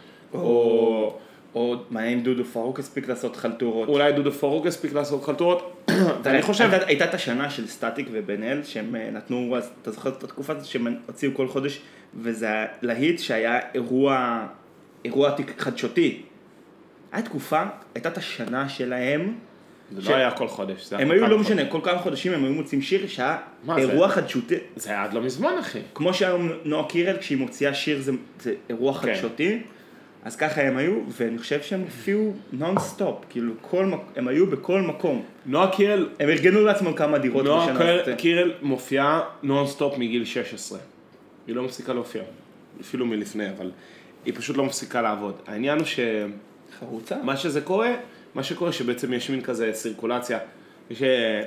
או... מה אם דודו פרוק הספיק לעשות חלטורות? אולי דודו פרוק הספיק לעשות חלטורות. אני חושב... הייתה את השנה של סטטיק ובן אל, שהם נתנו, אתה זוכר את התקופה הזאת שהם הוציאו כל חודש, וזה להיט שהיה אירוע חדשותי. הייתה תקופה, הייתה את השנה שלהם, זה לא היה כל חודש. הם היו, לא משנה, כל כמה חודשים הם היו מוצאים שיר שהיה אירוע חדשותי. זה היה עד לא מזמן, אחי. כמו שהיום נועה קירל, כשהיא מוציאה שיר, זה אירוע חדשותי. אז ככה הם היו, ואני חושב שהם הופיעו נון-סטופ, כאילו הם היו בכל מקום. נועה קירל... הם ארגנו לעצמם כמה דירות בשנה. נועה קירל מופיעה נון-סטופ מגיל 16. היא לא מפסיקה להופיע, אפילו מלפני, אבל היא פשוט לא מפסיקה לעבוד. העניין הוא חרוצה. מה שקורה שבעצם יש מין כזה סירקולציה, יש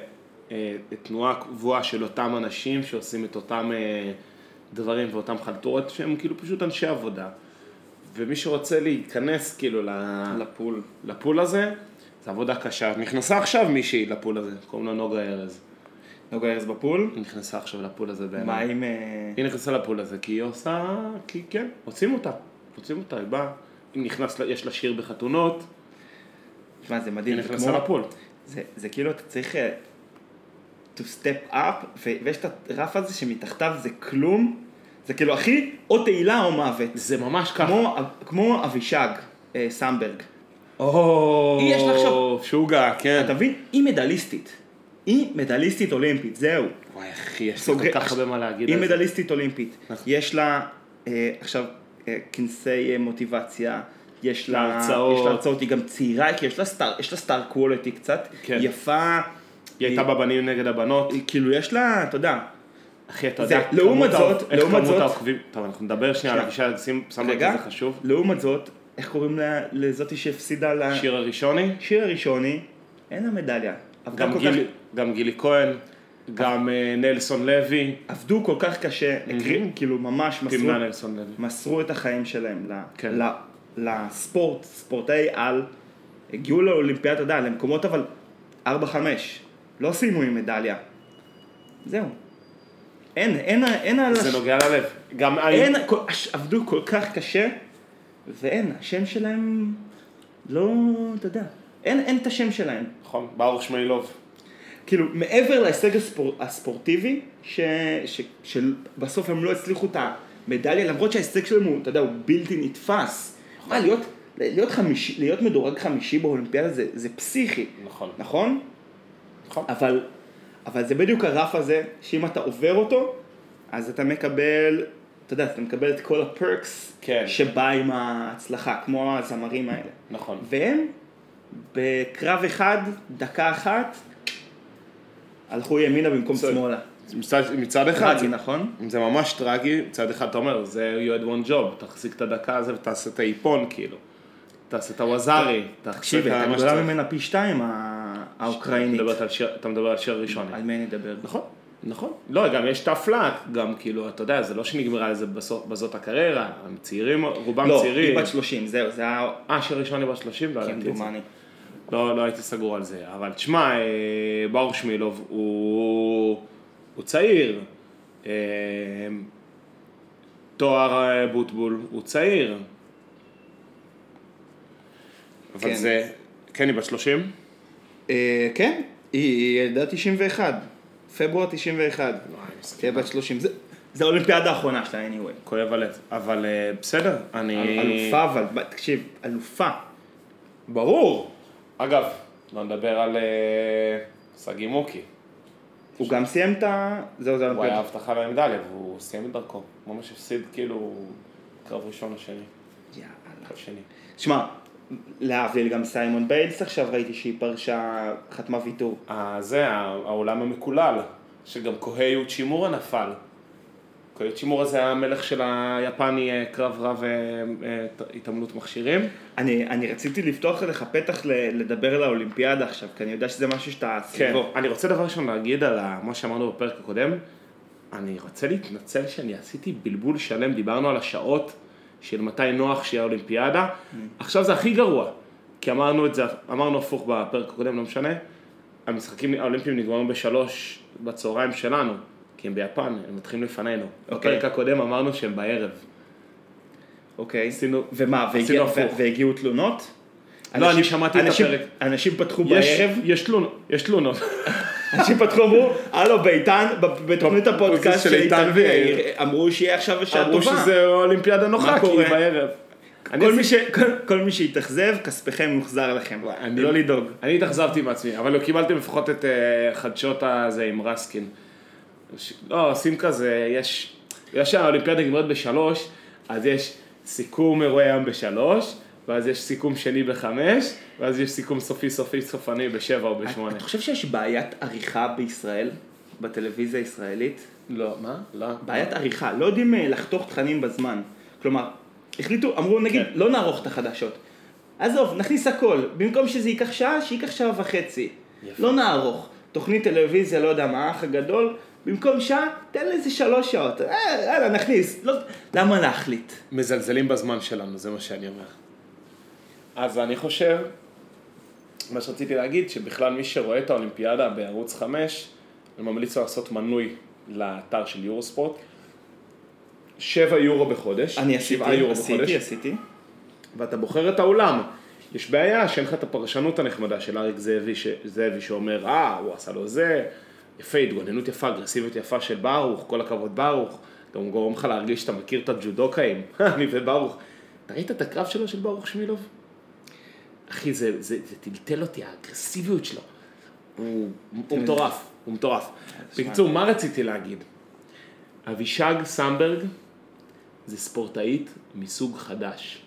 תנועה קבועה של אותם אנשים שעושים את אותם דברים ואותם חלטורות שהם כאילו פשוט אנשי עבודה. ומי שרוצה להיכנס כאילו לפול הזה, זה עבודה קשה. נכנסה עכשיו מישהי לפול הזה, קוראים לה נוגה ארז. נוגה ארז בפול? היא נכנסה עכשיו לפול הזה. מה אם... היא נכנסה לפול הזה כי היא עושה, כי כן, רוצים אותה, היא באה, היא נכנס, יש לה שיר בחתונות. תשמע, זה מדהים. היא נכנסה לפול. זה כאילו אתה צריך to step up, ויש את הרף הזה שמתחתיו זה כלום, זה כאילו הכי או תהילה או מוות. זה ממש ככה. כמו אבישג סמברג. היא יש לה עכשיו... שוגה, כן. אתה מבין? היא מדליסטית אולימפית, זהו. וואי אחי, יש כל כך הרבה מה להגיד על היא זה. מדליסטית אולימפית. יש לה עכשיו כנסי מוטיבציה, יש לה הרצאות, היא גם צעירה, כי יש לה סטאר קוולטי קצת, יפה. היא הייתה בבנים נגד הבנות. כאילו יש לה, אתה יודע. אחי, אתה יודע, לעומת זאת, טוב, אנחנו נדבר שנייה על אבישג, שם לב שזה חשוב. לעומת זאת, איך קוראים לזאתי שהפסידה לה... שיר הראשוני? שיר הראשוני, אין לה מדליה. גם גילי כהן, גם נלסון לוי. עבדו כל כך קשה, כאילו ממש מסרו את החיים שלהם לספורט, ספורטאי על, הגיעו לאולימפיאדה, אתה יודע, למקומות אבל 4-5, לא סיימו עם מדליה. זהו. אין... זה נוגע ללב. עבדו כל כך קשה, ואין, השם שלהם לא, אתה יודע, אין את השם שלהם. נכון, ברוך שמואלוב. כאילו, מעבר להישג הספורטיבי, שבסוף הם לא הצליחו את המדליה, למרות שההישג שלהם הוא, אתה יודע, הוא בלתי נתפס. מה, להיות מדורג 5 באולימפיאדה זה פסיכי. נכון? אבל זה בדיוק הרף הזה, שאם אתה עובר אותו, אז אתה מקבל, אתה יודע, אתה מקבל את כל הפרקס שבא עם ההצלחה, כמו הזמרים האלה. נכון. והם, בקרב אחד, דקה אחת, הלכו ימינה במקום שמאלה. מצד אחד, טרגי, נכון? זה ממש טרגי, מצד אחד אתה אומר, זה you had one job, תחזיק את הדקה הזה ותעשה את האיפון כאילו, תעשה את הווזארי, תקשיב, אתה גדולה ממנה פי 2 האוקראינית. אתה מדבר על שיר ראשוני. על מי נדבר? נכון. לא, גם יש תפלק, גם כאילו, אתה יודע, זה לא שנגמרה לזה בזאת הקריירה, הם צעירים, רובם צעירים. לא, היא בת 30, זהו, זה היה... שיר ראשוני בת 30? לא הייתי את זה. כמדומני. לא הייתי סגור על זה, אבל תשמע, ברוך שמילוב הוא צעיר, תואר בוטבול הוא צעיר, אבל זה, כן, היא בת 30? כן, היא ילדה 91, פברואר 91, תהיה בת 30, זה האולימפיאדה האחרונה שלה, anyway. כואב הלב, אבל בסדר, אני... אלופה, אבל תקשיב, אלופה. ברור. אגב, לא נדבר על סגי מוקי. הוא גם סיים את זהו, זה הוא היה הבטחה למדליה, והוא סיים את דרכו. ממש הפסיד כאילו קרב ראשון לשני. יאללה. קרב שני. שמע, להבדיל גם סיימון ביילס עכשיו ראיתי שהיא פרשה, חתמה ויתור. זה העולם המקולל, שגם קוהי אוצ'ימורה נפל. קוהי אוצ'ימורה זה המלך של היפני, קרב רב התאמנות מכשירים. אני רציתי לפתוח לך פתח לדבר על האולימפיאדה עכשיו, כי אני יודע שזה משהו שאתה סביבו. כן, אני רוצה דבר ראשון להגיד על מה שאמרנו בפרק הקודם. אני רוצה להתנצל שאני עשיתי בלבול שלם, דיברנו על השעות של מתי נוח שיהיה האולימפיאדה. עכשיו זה הכי גרוע, כי אמרנו הפוך בפרק הקודם, לא משנה. המשחקים האולימפיים נגמרים ב3 בצהריים שלנו, כי הם ביפן, הם מתחילים לפנינו. בפרק הקודם אמרנו שהם בערב. אוקיי. ומה, והגיעו תלונות? לא, אני שמעתי את הפרק. אנשים פתחו בערב? יש תלונות. אנשים פתחו אמרו, הלו, באיתן, בתוכנית הפודקאסט של איתן ויאיר, אמרו שיהיה עכשיו שעה טובה. אמרו שזה אולימפיאדה נוחה, כי היא בערב. כל מי שהתאכזב, כספכם מוחזר לכם. לא לדאוג. אני התאכזבתי מעצמי, אבל לא קיבלתם לפחות את חדשות הזה עם רסקין. לא, עושים כזה, יש האולימפיאדה נגמרת ב3, אז יש סיכום אירועי ים ב3, ואז יש סיכום שני ב5, ואז יש סיכום סופני ב7 או ב8. אתה חושב שיש בעיית עריכה בישראל, בטלוויזיה הישראלית? לא, מה? לא. בעיית עריכה, לא יודעים לחתוך תכנים בזמן. כלומר, אמרו נגיד, לא נערוך את החדשות. עזוב, נכניס הכל, במקום שזה ייקח שעה, שייקח שעה וחצי. לא נערוך. תוכנית טלוויזיה, לא יודע מה, האח הגדול, במקום שעה, תן לזה 3 שעות. יאללה, נכניס. למה להחליט? מזלזלים בזמן שלנו, זה מה שאני אומר. אז אני חושב, מה שרציתי להגיד, שבכלל מי שרואה את האולימפיאדה בערוץ 5, אני ממליץ לו לעשות מנוי לאתר של יורוספורט. 7 יורו בחודש. אני עשיתי. ואתה בוחר את האולם. יש בעיה שאין לך את הפרשנות הנחמדה של אריק זאבי שאומר, הוא עשה לו זה, יפה, התגוננות יפה, אגרסיביות יפה של ברוך, כל הכבוד ברוך. גם גורם לך להרגיש שאתה מכיר את הג'ודוקאים, אני וברוך. אתה ראית את הקרב שלו של ברוך שמילוב? אחי, זה טלטל אותי, האגרסיביות שלו. הוא מטורף. בקיצור, מה רציתי להגיד? אבישג סמברג זה ספורטאית מסוג חדש.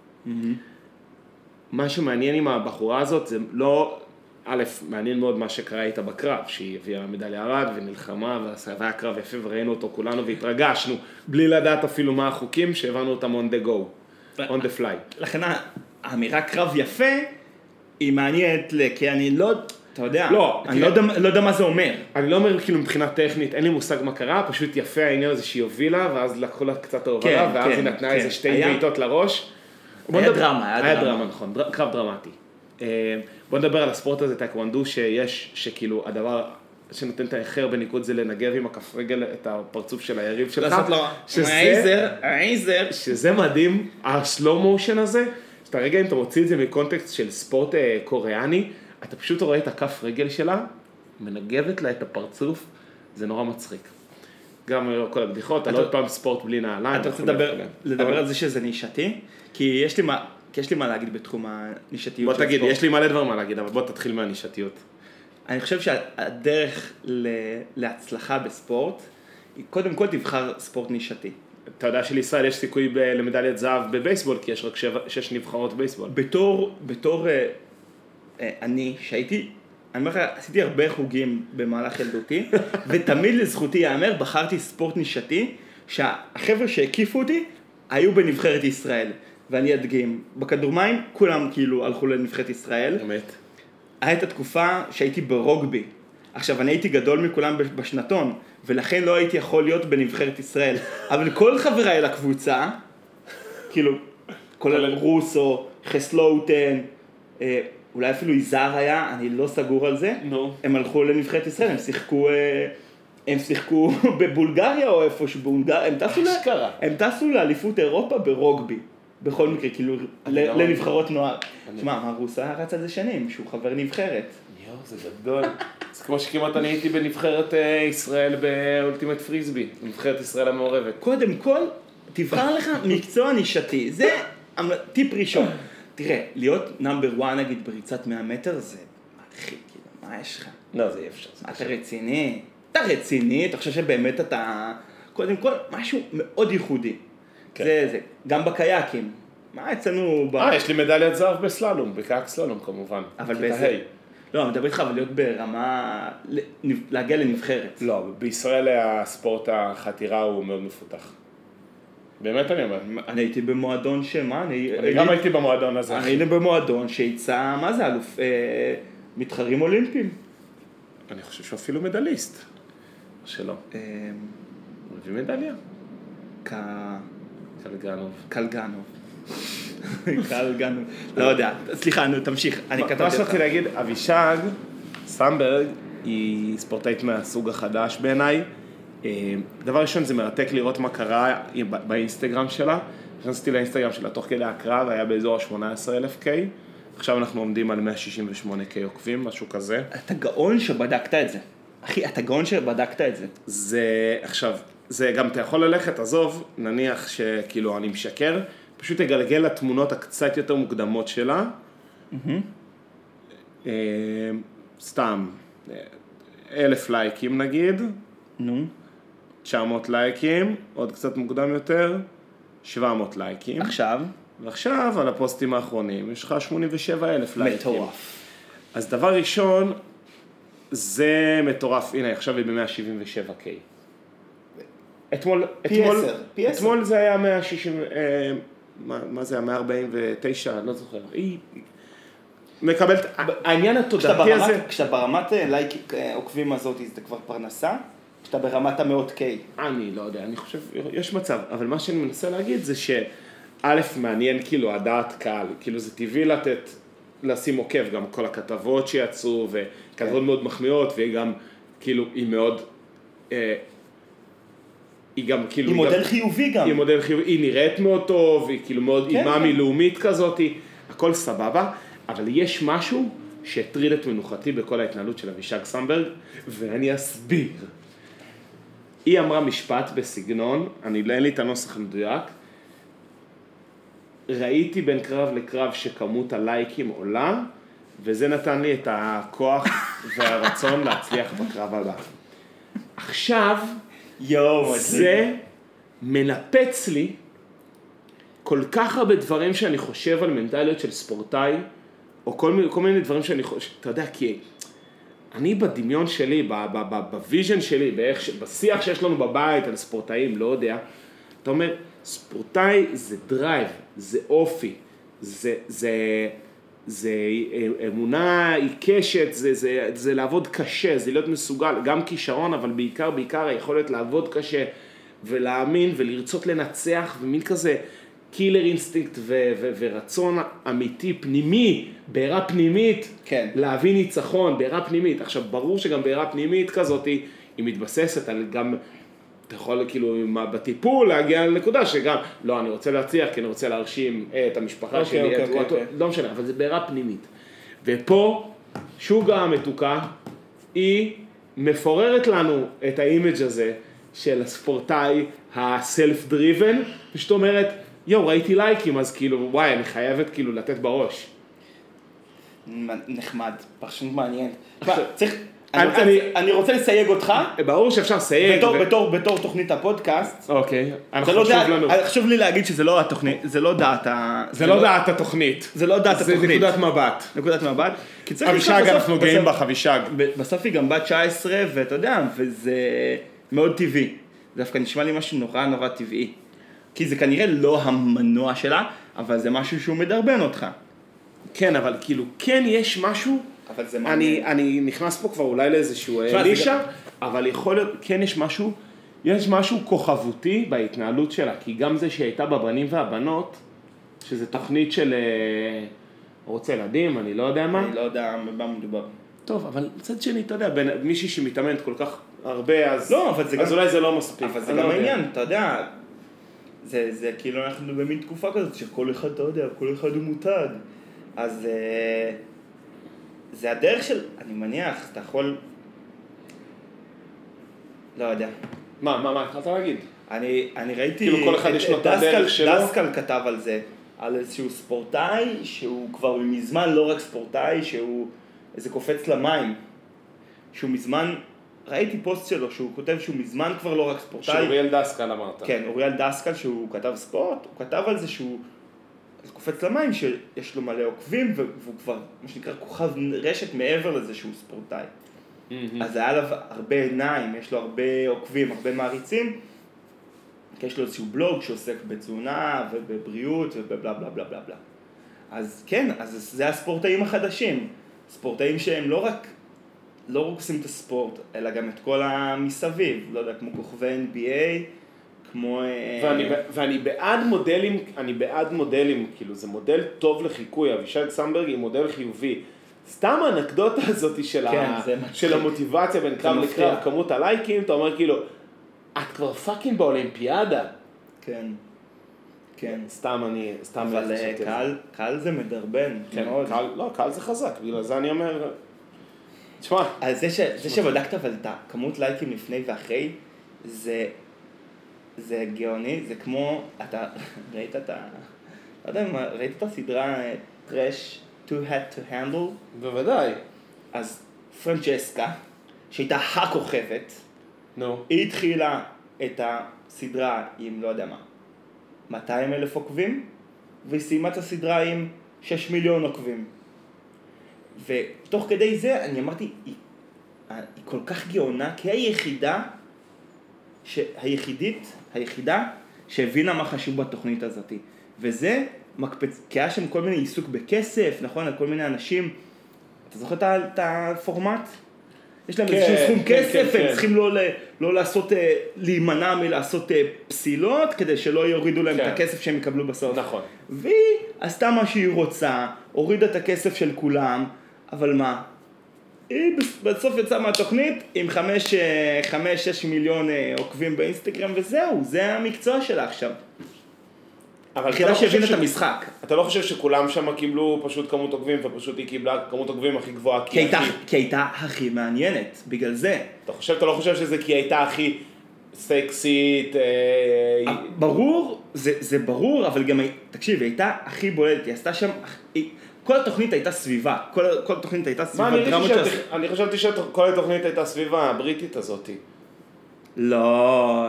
מה שמעניין עם הבחורה הזאת זה לא, מעניין מאוד מה שקרה איתה בקרב, שהיא הביאה מדליה ארד ונלחמה והיה קרב יפה וראינו אותו כולנו והתרגשנו, בלי לדעת אפילו מה החוקים שהבנו אותם on the go, on the fly. לכן האמירה קרב יפה היא מעניינת כי אני לא... אתה יודע, אני לא יודע מה זה אומר. אני לא אומר כאילו מבחינה טכנית, אין לי מושג מה קרה, פשוט יפה העניין הזה שהיא הובילה, ואז לקחו לה קצת ההובלה, ואז היא נתנה איזה 2 בעיטות לראש. היה דרמה. היה דרמה, נכון, קרב דרמטי. בוא נדבר על הספורט הזה, טאקוונדו, שכאילו הדבר שנותן את האחר בניקוד זה לנגב עם הכף רגל את הפרצוף של היריב שלך. לעשות לו, עיזר. שזה מדהים, הסלואו מושן הזה, שאתה רגע אם אתה מוציא את זה מקונטקסט של ספורט קוריאני, אתה פשוט רואה את הכף רגל שלה, מנגבת לה את הפרצוף, זה נורא מצחיק. גם כל הבדיחות, על עוד פעם ספורט בלי נעליים. אתה רוצה לדבר על זה שזה נישתי? כי יש לי מה להגיד בתחום הנישתיות. בוא תגיד, יש לי מלא דבר מה להגיד, אבל בוא תתחיל מהנישתיות. אני חושב שהדרך להצלחה בספורט, היא קודם כל תבחר ספורט נישתי. אתה יודע שלישראל יש סיכוי למדליית זהב בבייסבול, כי יש רק 6 נבחרות בייסבול. בתור אני שהייתי, אני אומר לך, עשיתי הרבה חוגים במהלך ילדותי, ותמיד לזכותי יאמר, בחרתי ספורט נישתי, שהחבר'ה שהקיפו אותי היו בנבחרת ישראל. ואני אדגים, בכדור מים כולם כאילו הלכו לנבחרת ישראל. אמת. הייתה תקופה שהייתי ברוגבי. עכשיו, אני הייתי גדול מכולם בשנתון, ולכן לא הייתי יכול להיות בנבחרת ישראל. אבל כל חבריי לקבוצה, כאילו, כולל רוסו, חסלוטן, אולי אפילו יזהר היה, אני לא סגור על זה, הם הלכו לנבחרת ישראל, הם שיחקו בבולגריה או איפשהו בבולגריה, הם טסו לאליפות אירופה ברוגבי, בכל מקרה, כאילו, לנבחרות נוער. תשמע, מה רוסו היה רץ על זה שנים, שהוא חבר נבחרת. יואו, זה גדול. זה כמו שכמעט אני הייתי בנבחרת ישראל באולטימט פריסבי, נבחרת ישראל המעורבת. קודם כל, תבחר לך מקצוע נישתי, זה טיפ ראשון. תראה, להיות נאמבר 1 נגיד בריצת 100 מטר זה, אחי, כאילו, מה יש לך? לא, זה אי אפשר. אתה רציני? אתה רציני? אתה חושב שבאמת אתה, קודם כל, משהו מאוד ייחודי. זה, גם בקייקים. מה אצלנו יש לי מדליית זהב בסללום, בקייק סללום כמובן. אבל באיזה... לא, אני מדבר איתך, אבל להיות ברמה, להגיע לנבחרת. לא, בישראל הספורט החתירה הוא מאוד מפותח. באמת אני אומר. אני הייתי במועדון שמה? אני גם הייתי במועדון הזה. היינו במועדון שיצא, מה זה אלוף? מתחרים אולימפיים. אני חושב שאפילו מדליסט. שלא. הוא הביא מדליה. קלגנוב. קלגנוב. לא יודע. סליחה, נו, תמשיך. מה שרציתי להגיד, אבישג סמברג היא ספורטאית מהסוג החדש בעיניי. דבר ראשון זה מרתק לראות מה קרה באינסטגרם שלה. נכנסתי לאינסטגרם שלה תוך כדי הקרב, היה באזור ה-18,000K. עכשיו אנחנו עומדים על 168K עוקבים, משהו כזה. אתה גאון שבדקת את זה. אחי, אתה גאון שבדקת את זה. זה, עכשיו, זה גם אתה יכול ללכת, עזוב, נניח שכאילו אני משקר, פשוט תגלגל לתמונות הקצת יותר מוקדמות שלה. סתם, 1,000 לייקים נגיד. 900 לייקים, עוד קצת מוקדם יותר, 700 לייקים. ועכשיו על הפוסטים האחרונים יש לך 87,000 לייקים. מטורף. אז דבר ראשון, זה מטורף, הנה עכשיו היא ב-177K. אתמול זה היה 160, מה זה היה, 149, אני לא זוכר. היא מקבלת, העניין התודעתי הזה... כשאתה ברמת לייק עוקבים הזאת, זה כבר פרנסה? כשאתה ברמת המאות K? אני לא יודע, אני חושב, יש מצב, אבל מה שאני מנסה להגיד זה שא' מעניין כאילו הדעת קהל, כאילו זה טבעי לשים עוקב, גם כל הכתבות שיצאו, וכתבות מאוד מחמיאות, והיא גם כאילו, היא מאוד... היא גם כאילו... היא מודל חיובי גם. היא מודל חיובי, היא נראית מאוד טוב, היא כאילו מאוד אימאמי לאומית כזאת, הכל סבבה, אבל יש משהו שהטריד את מנוחתי בכל ההתנהלות של אבישג סמברג, ואני אסביר. היא אמרה משפט בסגנון, אין לי את הנוסח המדויק, ראיתי בין קרב לקרב שכמות הלייקים עולה, וזה נתן לי את הכוח והרצון להצליח בקרב הבא. עכשיו, זה מנפץ לי כל כך הרבה דברים שאני חושב על מנטליות של ספורטאי, או כל מיני דברים שאני חושב, אתה יודע, כי אני בדמיון שלי, בוויז'ן שלי, בשיח שיש לנו בבית על ספורטאים, לא יודע, אתה אומר, ספורטאי זה דרייב, זה אופי, זה אמונה עיקשת, זה לעבוד קשה, זה להיות מסוגל, גם כישרון, אבל בעיקר היכולת לעבוד קשה, ולהאמין ולרצות לנצח, ומין כזה קילר אינסטינקט ורצון אמיתי, פנימי, בעירה פנימית, כן. להביא ניצחון, בעירה פנימית. עכשיו, ברור שגם בעירה פנימית כזאת, היא מתבססת על גם, אתה יכול כאילו בטיפול להגיע לנקודה שגם, לא, אני רוצה להצליח, כי אני רוצה להרשים את המשפחה שלי, לא משנה, אבל זה בעירה פנימית. ופה, שוגה המתוקה, היא מפוררת לנו את האימג' הזה של הספורטאי הסלף-דריבן, ושאת אומרת, ראיתי לייקים, אז כאילו, וואי, אני חייבת כאילו לתת בראש. נחמד, פרשנות מעניינת. אני רוצה לסייג אותך. ברור שאפשר לסייג. בתור תוכנית הפודקאסט. אוקיי. חשוב לי להגיד שזה לא התוכנית, זה לא דעת זה לא דעת התוכנית. זה לא דעת התוכנית. זה נקודת מבט. נקודת מבט. אבישג, אנחנו גאים בך, אבישג. בסוף היא גם בת 19, ואתה יודע, וזה מאוד טבעי. זה דווקא נשמע לי משהו נורא נורא טבעי. כי זה כנראה לא המנוע שלה, אבל זה משהו שהוא מדרבן אותך. כן, אבל כאילו, כן יש משהו, אבל זה מעניין. אני נכנס פה כבר אולי לאיזשהו נישה, אבל יכול להיות, כן יש משהו כוכבותי בהתנהלות שלה, כי גם זה שהייתה בבנים והבנות, שזה תוכנית של רוצה ילדים, אני לא יודע מה. אני לא יודע מה מדובר. טוב, אבל מצד שני, אתה יודע, מישהי שמתאמנת כל כך הרבה, אז אולי זה לא מספיק. אבל זה גם העניין, אתה יודע, זה כאילו אנחנו במין תקופה כזאת, שכל אחד, אתה יודע, כל אחד הוא מותג. אז זה הדרך של, אני מניח, אתה יכול, לא יודע. מה, התחלת להגיד? אני ראיתי, כאילו כל אחד יש לו את הדרך שלו. דסקל כתב על זה, על איזשהו ספורטאי, שהוא כבר מזמן לא רק ספורטאי, שהוא איזה קופץ למים, שהוא מזמן, ראיתי פוסט שלו, שהוא כותב שהוא מזמן כבר לא רק ספורטאי. שאוריאל דסקל אמרת. כן, אוריאל דסקל, שהוא כתב ספורט, הוא כתב על זה שהוא קופץ למים, שיש לו מלא עוקבים, והוא כבר, מה שנקרא, כוכב רשת מעבר לזה שהוא ספורטאי. אז היה עליו הרבה עיניים, יש לו הרבה עוקבים, הרבה מעריצים, כי יש לו איזשהו בלוג שעוסק בתזונה ובבריאות ובבלה בלה בלה בלה בלה. אז כן, אז זה הספורטאים החדשים, ספורטאים שהם לא רק עושים את הספורט, אלא גם את כל המסביב, לא יודע, כמו כוכבי NBA, כמו... ואני בעד מודלים, כאילו זה מודל טוב לחיקוי, אבישג סמברג היא מודל חיובי. סתם האנקדוטה הזאת של המוטיבציה בין קרב לקרב, כמות הלייקים, אתה אומר כאילו, את כבר פאקינג באולימפיאדה. כן, כן. סתם אבל קהל זה מדרבן. לא, קהל זה חזק, בגלל זה אני אומר... תשמע. אז זה שבדקת אבל את הכמות לייקים לפני ואחרי, זה גאוני, זה כמו, אתה ראית לא יודע מה, ראית את הסדרה Trash Too Hot to Handle? בוודאי. אז פרנצ'סקה, שהייתה הכוכבת, היא התחילה את הסדרה עם, לא יודע מה, 200,000 עוקבים, והיא סיימה את הסדרה עם 6 מיליון עוקבים. ותוך כדי זה אני אמרתי, היא כל כך גאונה, כי היחידה שהבינה מה חשוב בתוכנית הזאת. וזה מקפץ, כי היה שם כל מיני עיסוק בכסף, נכון? על כל מיני אנשים. אתה זוכר את הפורמט? יש להם איזשהו סכום כסף, הם צריכים לא לעשות, להימנע מלעשות פסילות, כדי שלא יורידו להם את הכסף שהם יקבלו בסוף. נכון. והיא עשתה מה שהיא רוצה, הורידה את הכסף של כולם, אבל מה? היא בסוף יצאה מהתוכנית עם 5-6 מיליון עוקבים באינסטגרם וזהו, זה המקצוע שלה עכשיו. אבל יחידה שהבינה את המשחק. אתה לא חושב שכולם שם קיבלו פשוט כמות עוקבים ופשוט היא קיבלה כמות עוקבים הכי גבוהה? כי הייתה הכי מעניינת, בגלל זה. אתה לא חושב שזה כי היא הייתה הכי סקסית? ברור, זה ברור, אבל גם, תקשיב, היא הייתה הכי בולטת, היא עשתה שם, כל התוכנית הייתה סביבה, כל התוכנית הייתה סביבה. אני חשבתי שכל התוכנית הייתה סביבה הבריטית הזאת. לא.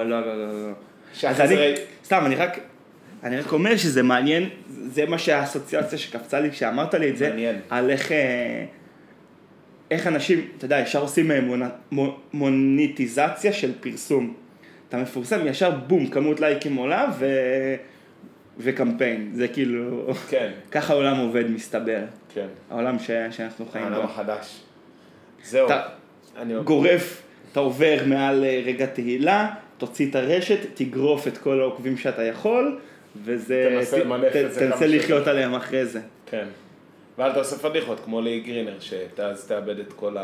סתם, אני רק אומר שזה מעניין, זה מה שהאסוציאציה שקפצה לי כשאמרת לי את זה, על איך אנשים, אתה יודע, ישר עושים מוניטיזציה של פרסום. אתה מפורסם, ישר בום, כמות לייקים עולה וקמפיין. זה כאילו, ככה העולם עובד מסתבר. כן. העולם שאנחנו חיים בו. העולם החדש. זהו. אתה גורף, אתה עובר מעל רגע תהילה, תוציא את הרשת, תגרוף את כל העוקבים שאתה יכול, תנסה לחיות עליהם אחרי זה. כן. ואל תעשה פדיחות, כמו לי גרינר, שאז תאבד את כל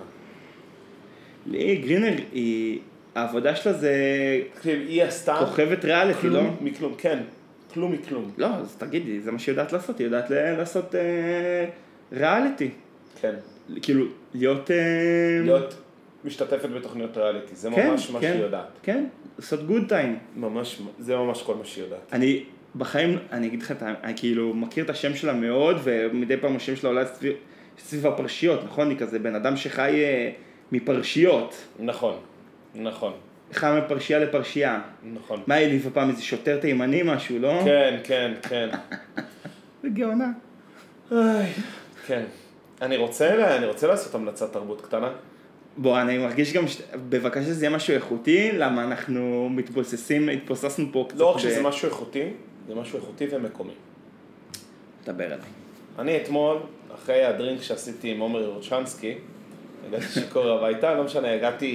לי גרינר, העבודה שלה זה כוכבת ריאליטי, לא? מכלום, כן. כלום מכלום. לא, אז תגידי, זה מה שהיא יודעת לעשות, היא יודעת לעשות ריאליטי. כן. כאילו, להיות משתתפת בתוכניות ריאליטי, זה ממש מה שהיא יודעת. כן, לעשות גוד טיים. ממש, זה ממש כל מה שהיא יודעת. אני בחיים, אני אגיד לך, אני כאילו מכיר את השם שלה מאוד, ומדי פעם השם שלה עולה סביב הפרשיות, נכון? היא כזה בן אדם שחי מפרשיות. נכון, נכון. אחד מפרשייה לפרשייה. נכון. מה העליב הפעם? איזה שוטר תימני משהו, לא? כן, כן, כן. זה גאונה. כן. אני רוצה לעשות המלצת תרבות קטנה. בוא, אני מרגיש גם, בבקשה שזה יהיה משהו איכותי, למה אנחנו התבוססנו פה קצת. לא רק שזה משהו איכותי, זה משהו איכותי ומקומי. דבר עליי. אני אתמול, אחרי הדרינק שעשיתי עם עומר יורצ'נסקי, הגעתי שיקור הביתה, לא משנה,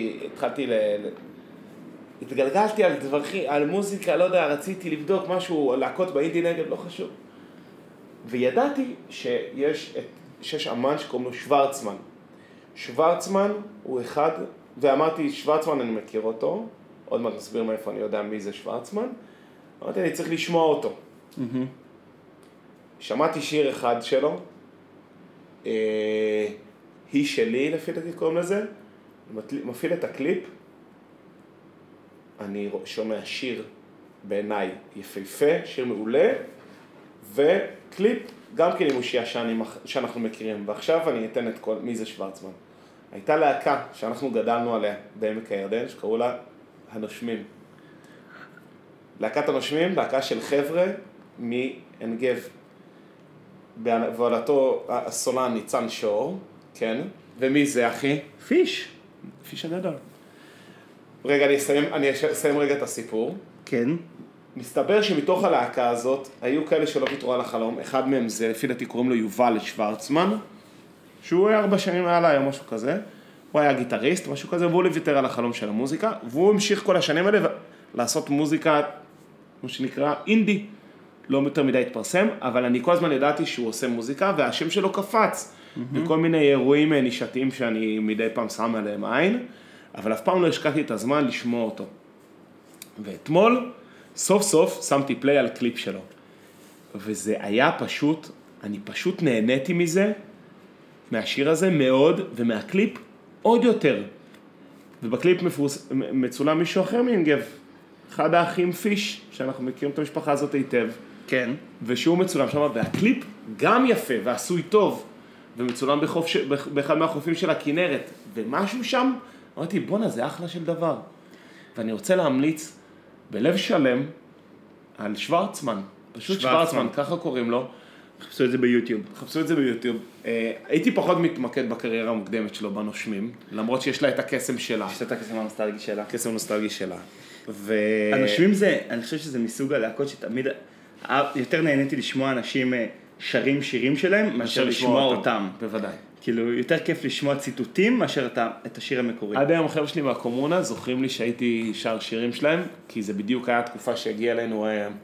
התגלגלתי על דברים, על מוזיקה, לא יודע, רציתי לבדוק משהו, להקות באינדי נגב, לא חשוב. וידעתי שיש אמן שקוראים לו שוורצמן. שוורצמן הוא אחד, ואמרתי, שוורצמן אני מכיר אותו, עוד מעט נסביר מאיפה אני יודע מי זה שוורצמן, אמרתי, אני צריך לשמוע אותו. שמעתי שיר אחד שלו, היא שלי, לפי דעתי קוראים לזה, מפעיל את הקליפ, אני שומע שיר בעיניי יפהפה, שיר מעולה, וקליפ גם כן עם אושייה שאנחנו מכירים, ועכשיו אני אתן את כל, מי זה שוורצמן. הייתה להקה שאנחנו גדלנו עליה בעמק הירדן, שקראו לה הנושמים. להקת הנושמים, להקה של חבר'ה מעין גב. בהובלתו הסולן ניצן שור, כן? ומי זה אחי? פיש. פיש הגדול. רגע, אני אסיים רגע את הסיפור. כן. מסתבר שמתוך הלהקה הזאת, היו כאלה שלא ויתרו על החלום. אחד מהם זה, לפי דעתי קוראים לו יובל שוורצמן, שהוא היה 4 שנים מעלה, או משהו כזה. הוא היה גיטריסט, משהו כזה, והוא לוותר על החלום של המוזיקה, והוא המשיך כל השנים האלה לעשות מוזיקה, כמו שנקרא, אינדי. לא יותר מדי התפרסם, אבל אני כל הזמן ידעתי שהוא עושה מוזיקה, והשם שלו קפץ בכל מיני אירועים נישתיים שאני מדי פעם שם עליהם עין, אבל אף פעם לא השקעתי את הזמן לשמוע אותו. ואתמול, סוף סוף שמתי פליי על קליפ שלו. וזה היה פשוט, אני פשוט נהניתי מזה, מהשיר הזה מאוד, ומהקליפ עוד יותר. ובקליפ מצולם מישהו אחר מאינגב, אחד האחים פיש, שאנחנו מכירים את המשפחה הזאת היטב. כן. ושהוא מצולם שם, והקליפ גם יפה ועשוי טוב, ומצולם באחד מהחופים של הכנרת, ומשהו שם, אמרתי, בונה, זה אחלה של דבר. ואני רוצה להמליץ בלב שלם על שוורצמן, פשוט שוורצמן, ככה קוראים לו. חפשו את זה ביוטיוב. חפשו את זה ביוטיוב. הייתי פחות מתמקד בקריירה המוקדמת שלו בנושמים, למרות שיש לה את הקסם שלה. יש לה את הקסם הנוסטלגי שלה. קסם נוסטלגי שלה. הנושמים זה, אני חושב שזה מסוג הלהקות שתמיד, יותר נהניתי לשמוע אנשים שרים שירים שלהם, מאשר לשמוע אותם. בוודאי. כאילו, יותר כיף לשמוע ציטוטים, מאשר את השיר המקורי. עד היום החבר'ה שלי מהקומונה זוכרים לי שהייתי שר שירים שלהם, כי זה בדיוק היה התקופה שהגיעה אלינו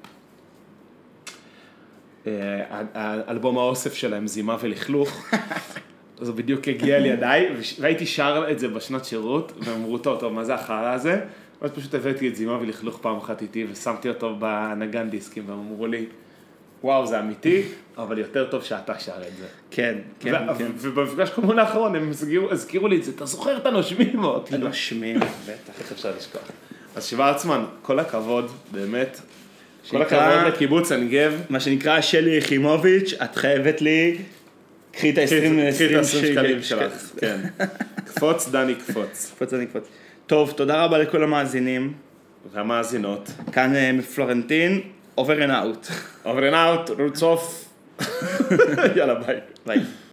האלבום האוסף שלהם, זימה ולכלוך. אז הוא בדיוק הגיע לידיי, והייתי שר את זה בשנת שירות, ואמרו, טוב, מה זה החרא הזה? ואז פשוט הבאתי את זימה ולכלוך פעם אחת איתי, ושמתי אותו בנגן דיסקים, והם אמרו לי, וואו, זה אמיתי, אבל יותר טוב שאתה שר את זה. כן, כן, כן. ובמפגש קומון האחרון, הם הזכירו לי את זה, אתה זוכר את הנושמים? הנושמים, בטח. איך אפשר לשכוח? אז שוורצמן, כל הכבוד, באמת, כל הכבוד לקיבוץ עין גב. מה שנקרא, שלי יחימוביץ', את חייבת לי, קחי את ה-20 שקלים שלך. כן. קפוץ, דני קפוץ. קפוץ, דני קפוץ. טוב, תודה רבה לכל המאזינים. והמאזינות. כאן מפלורנטין, over and out. over and out, roots off. יאללה, ביי. ביי.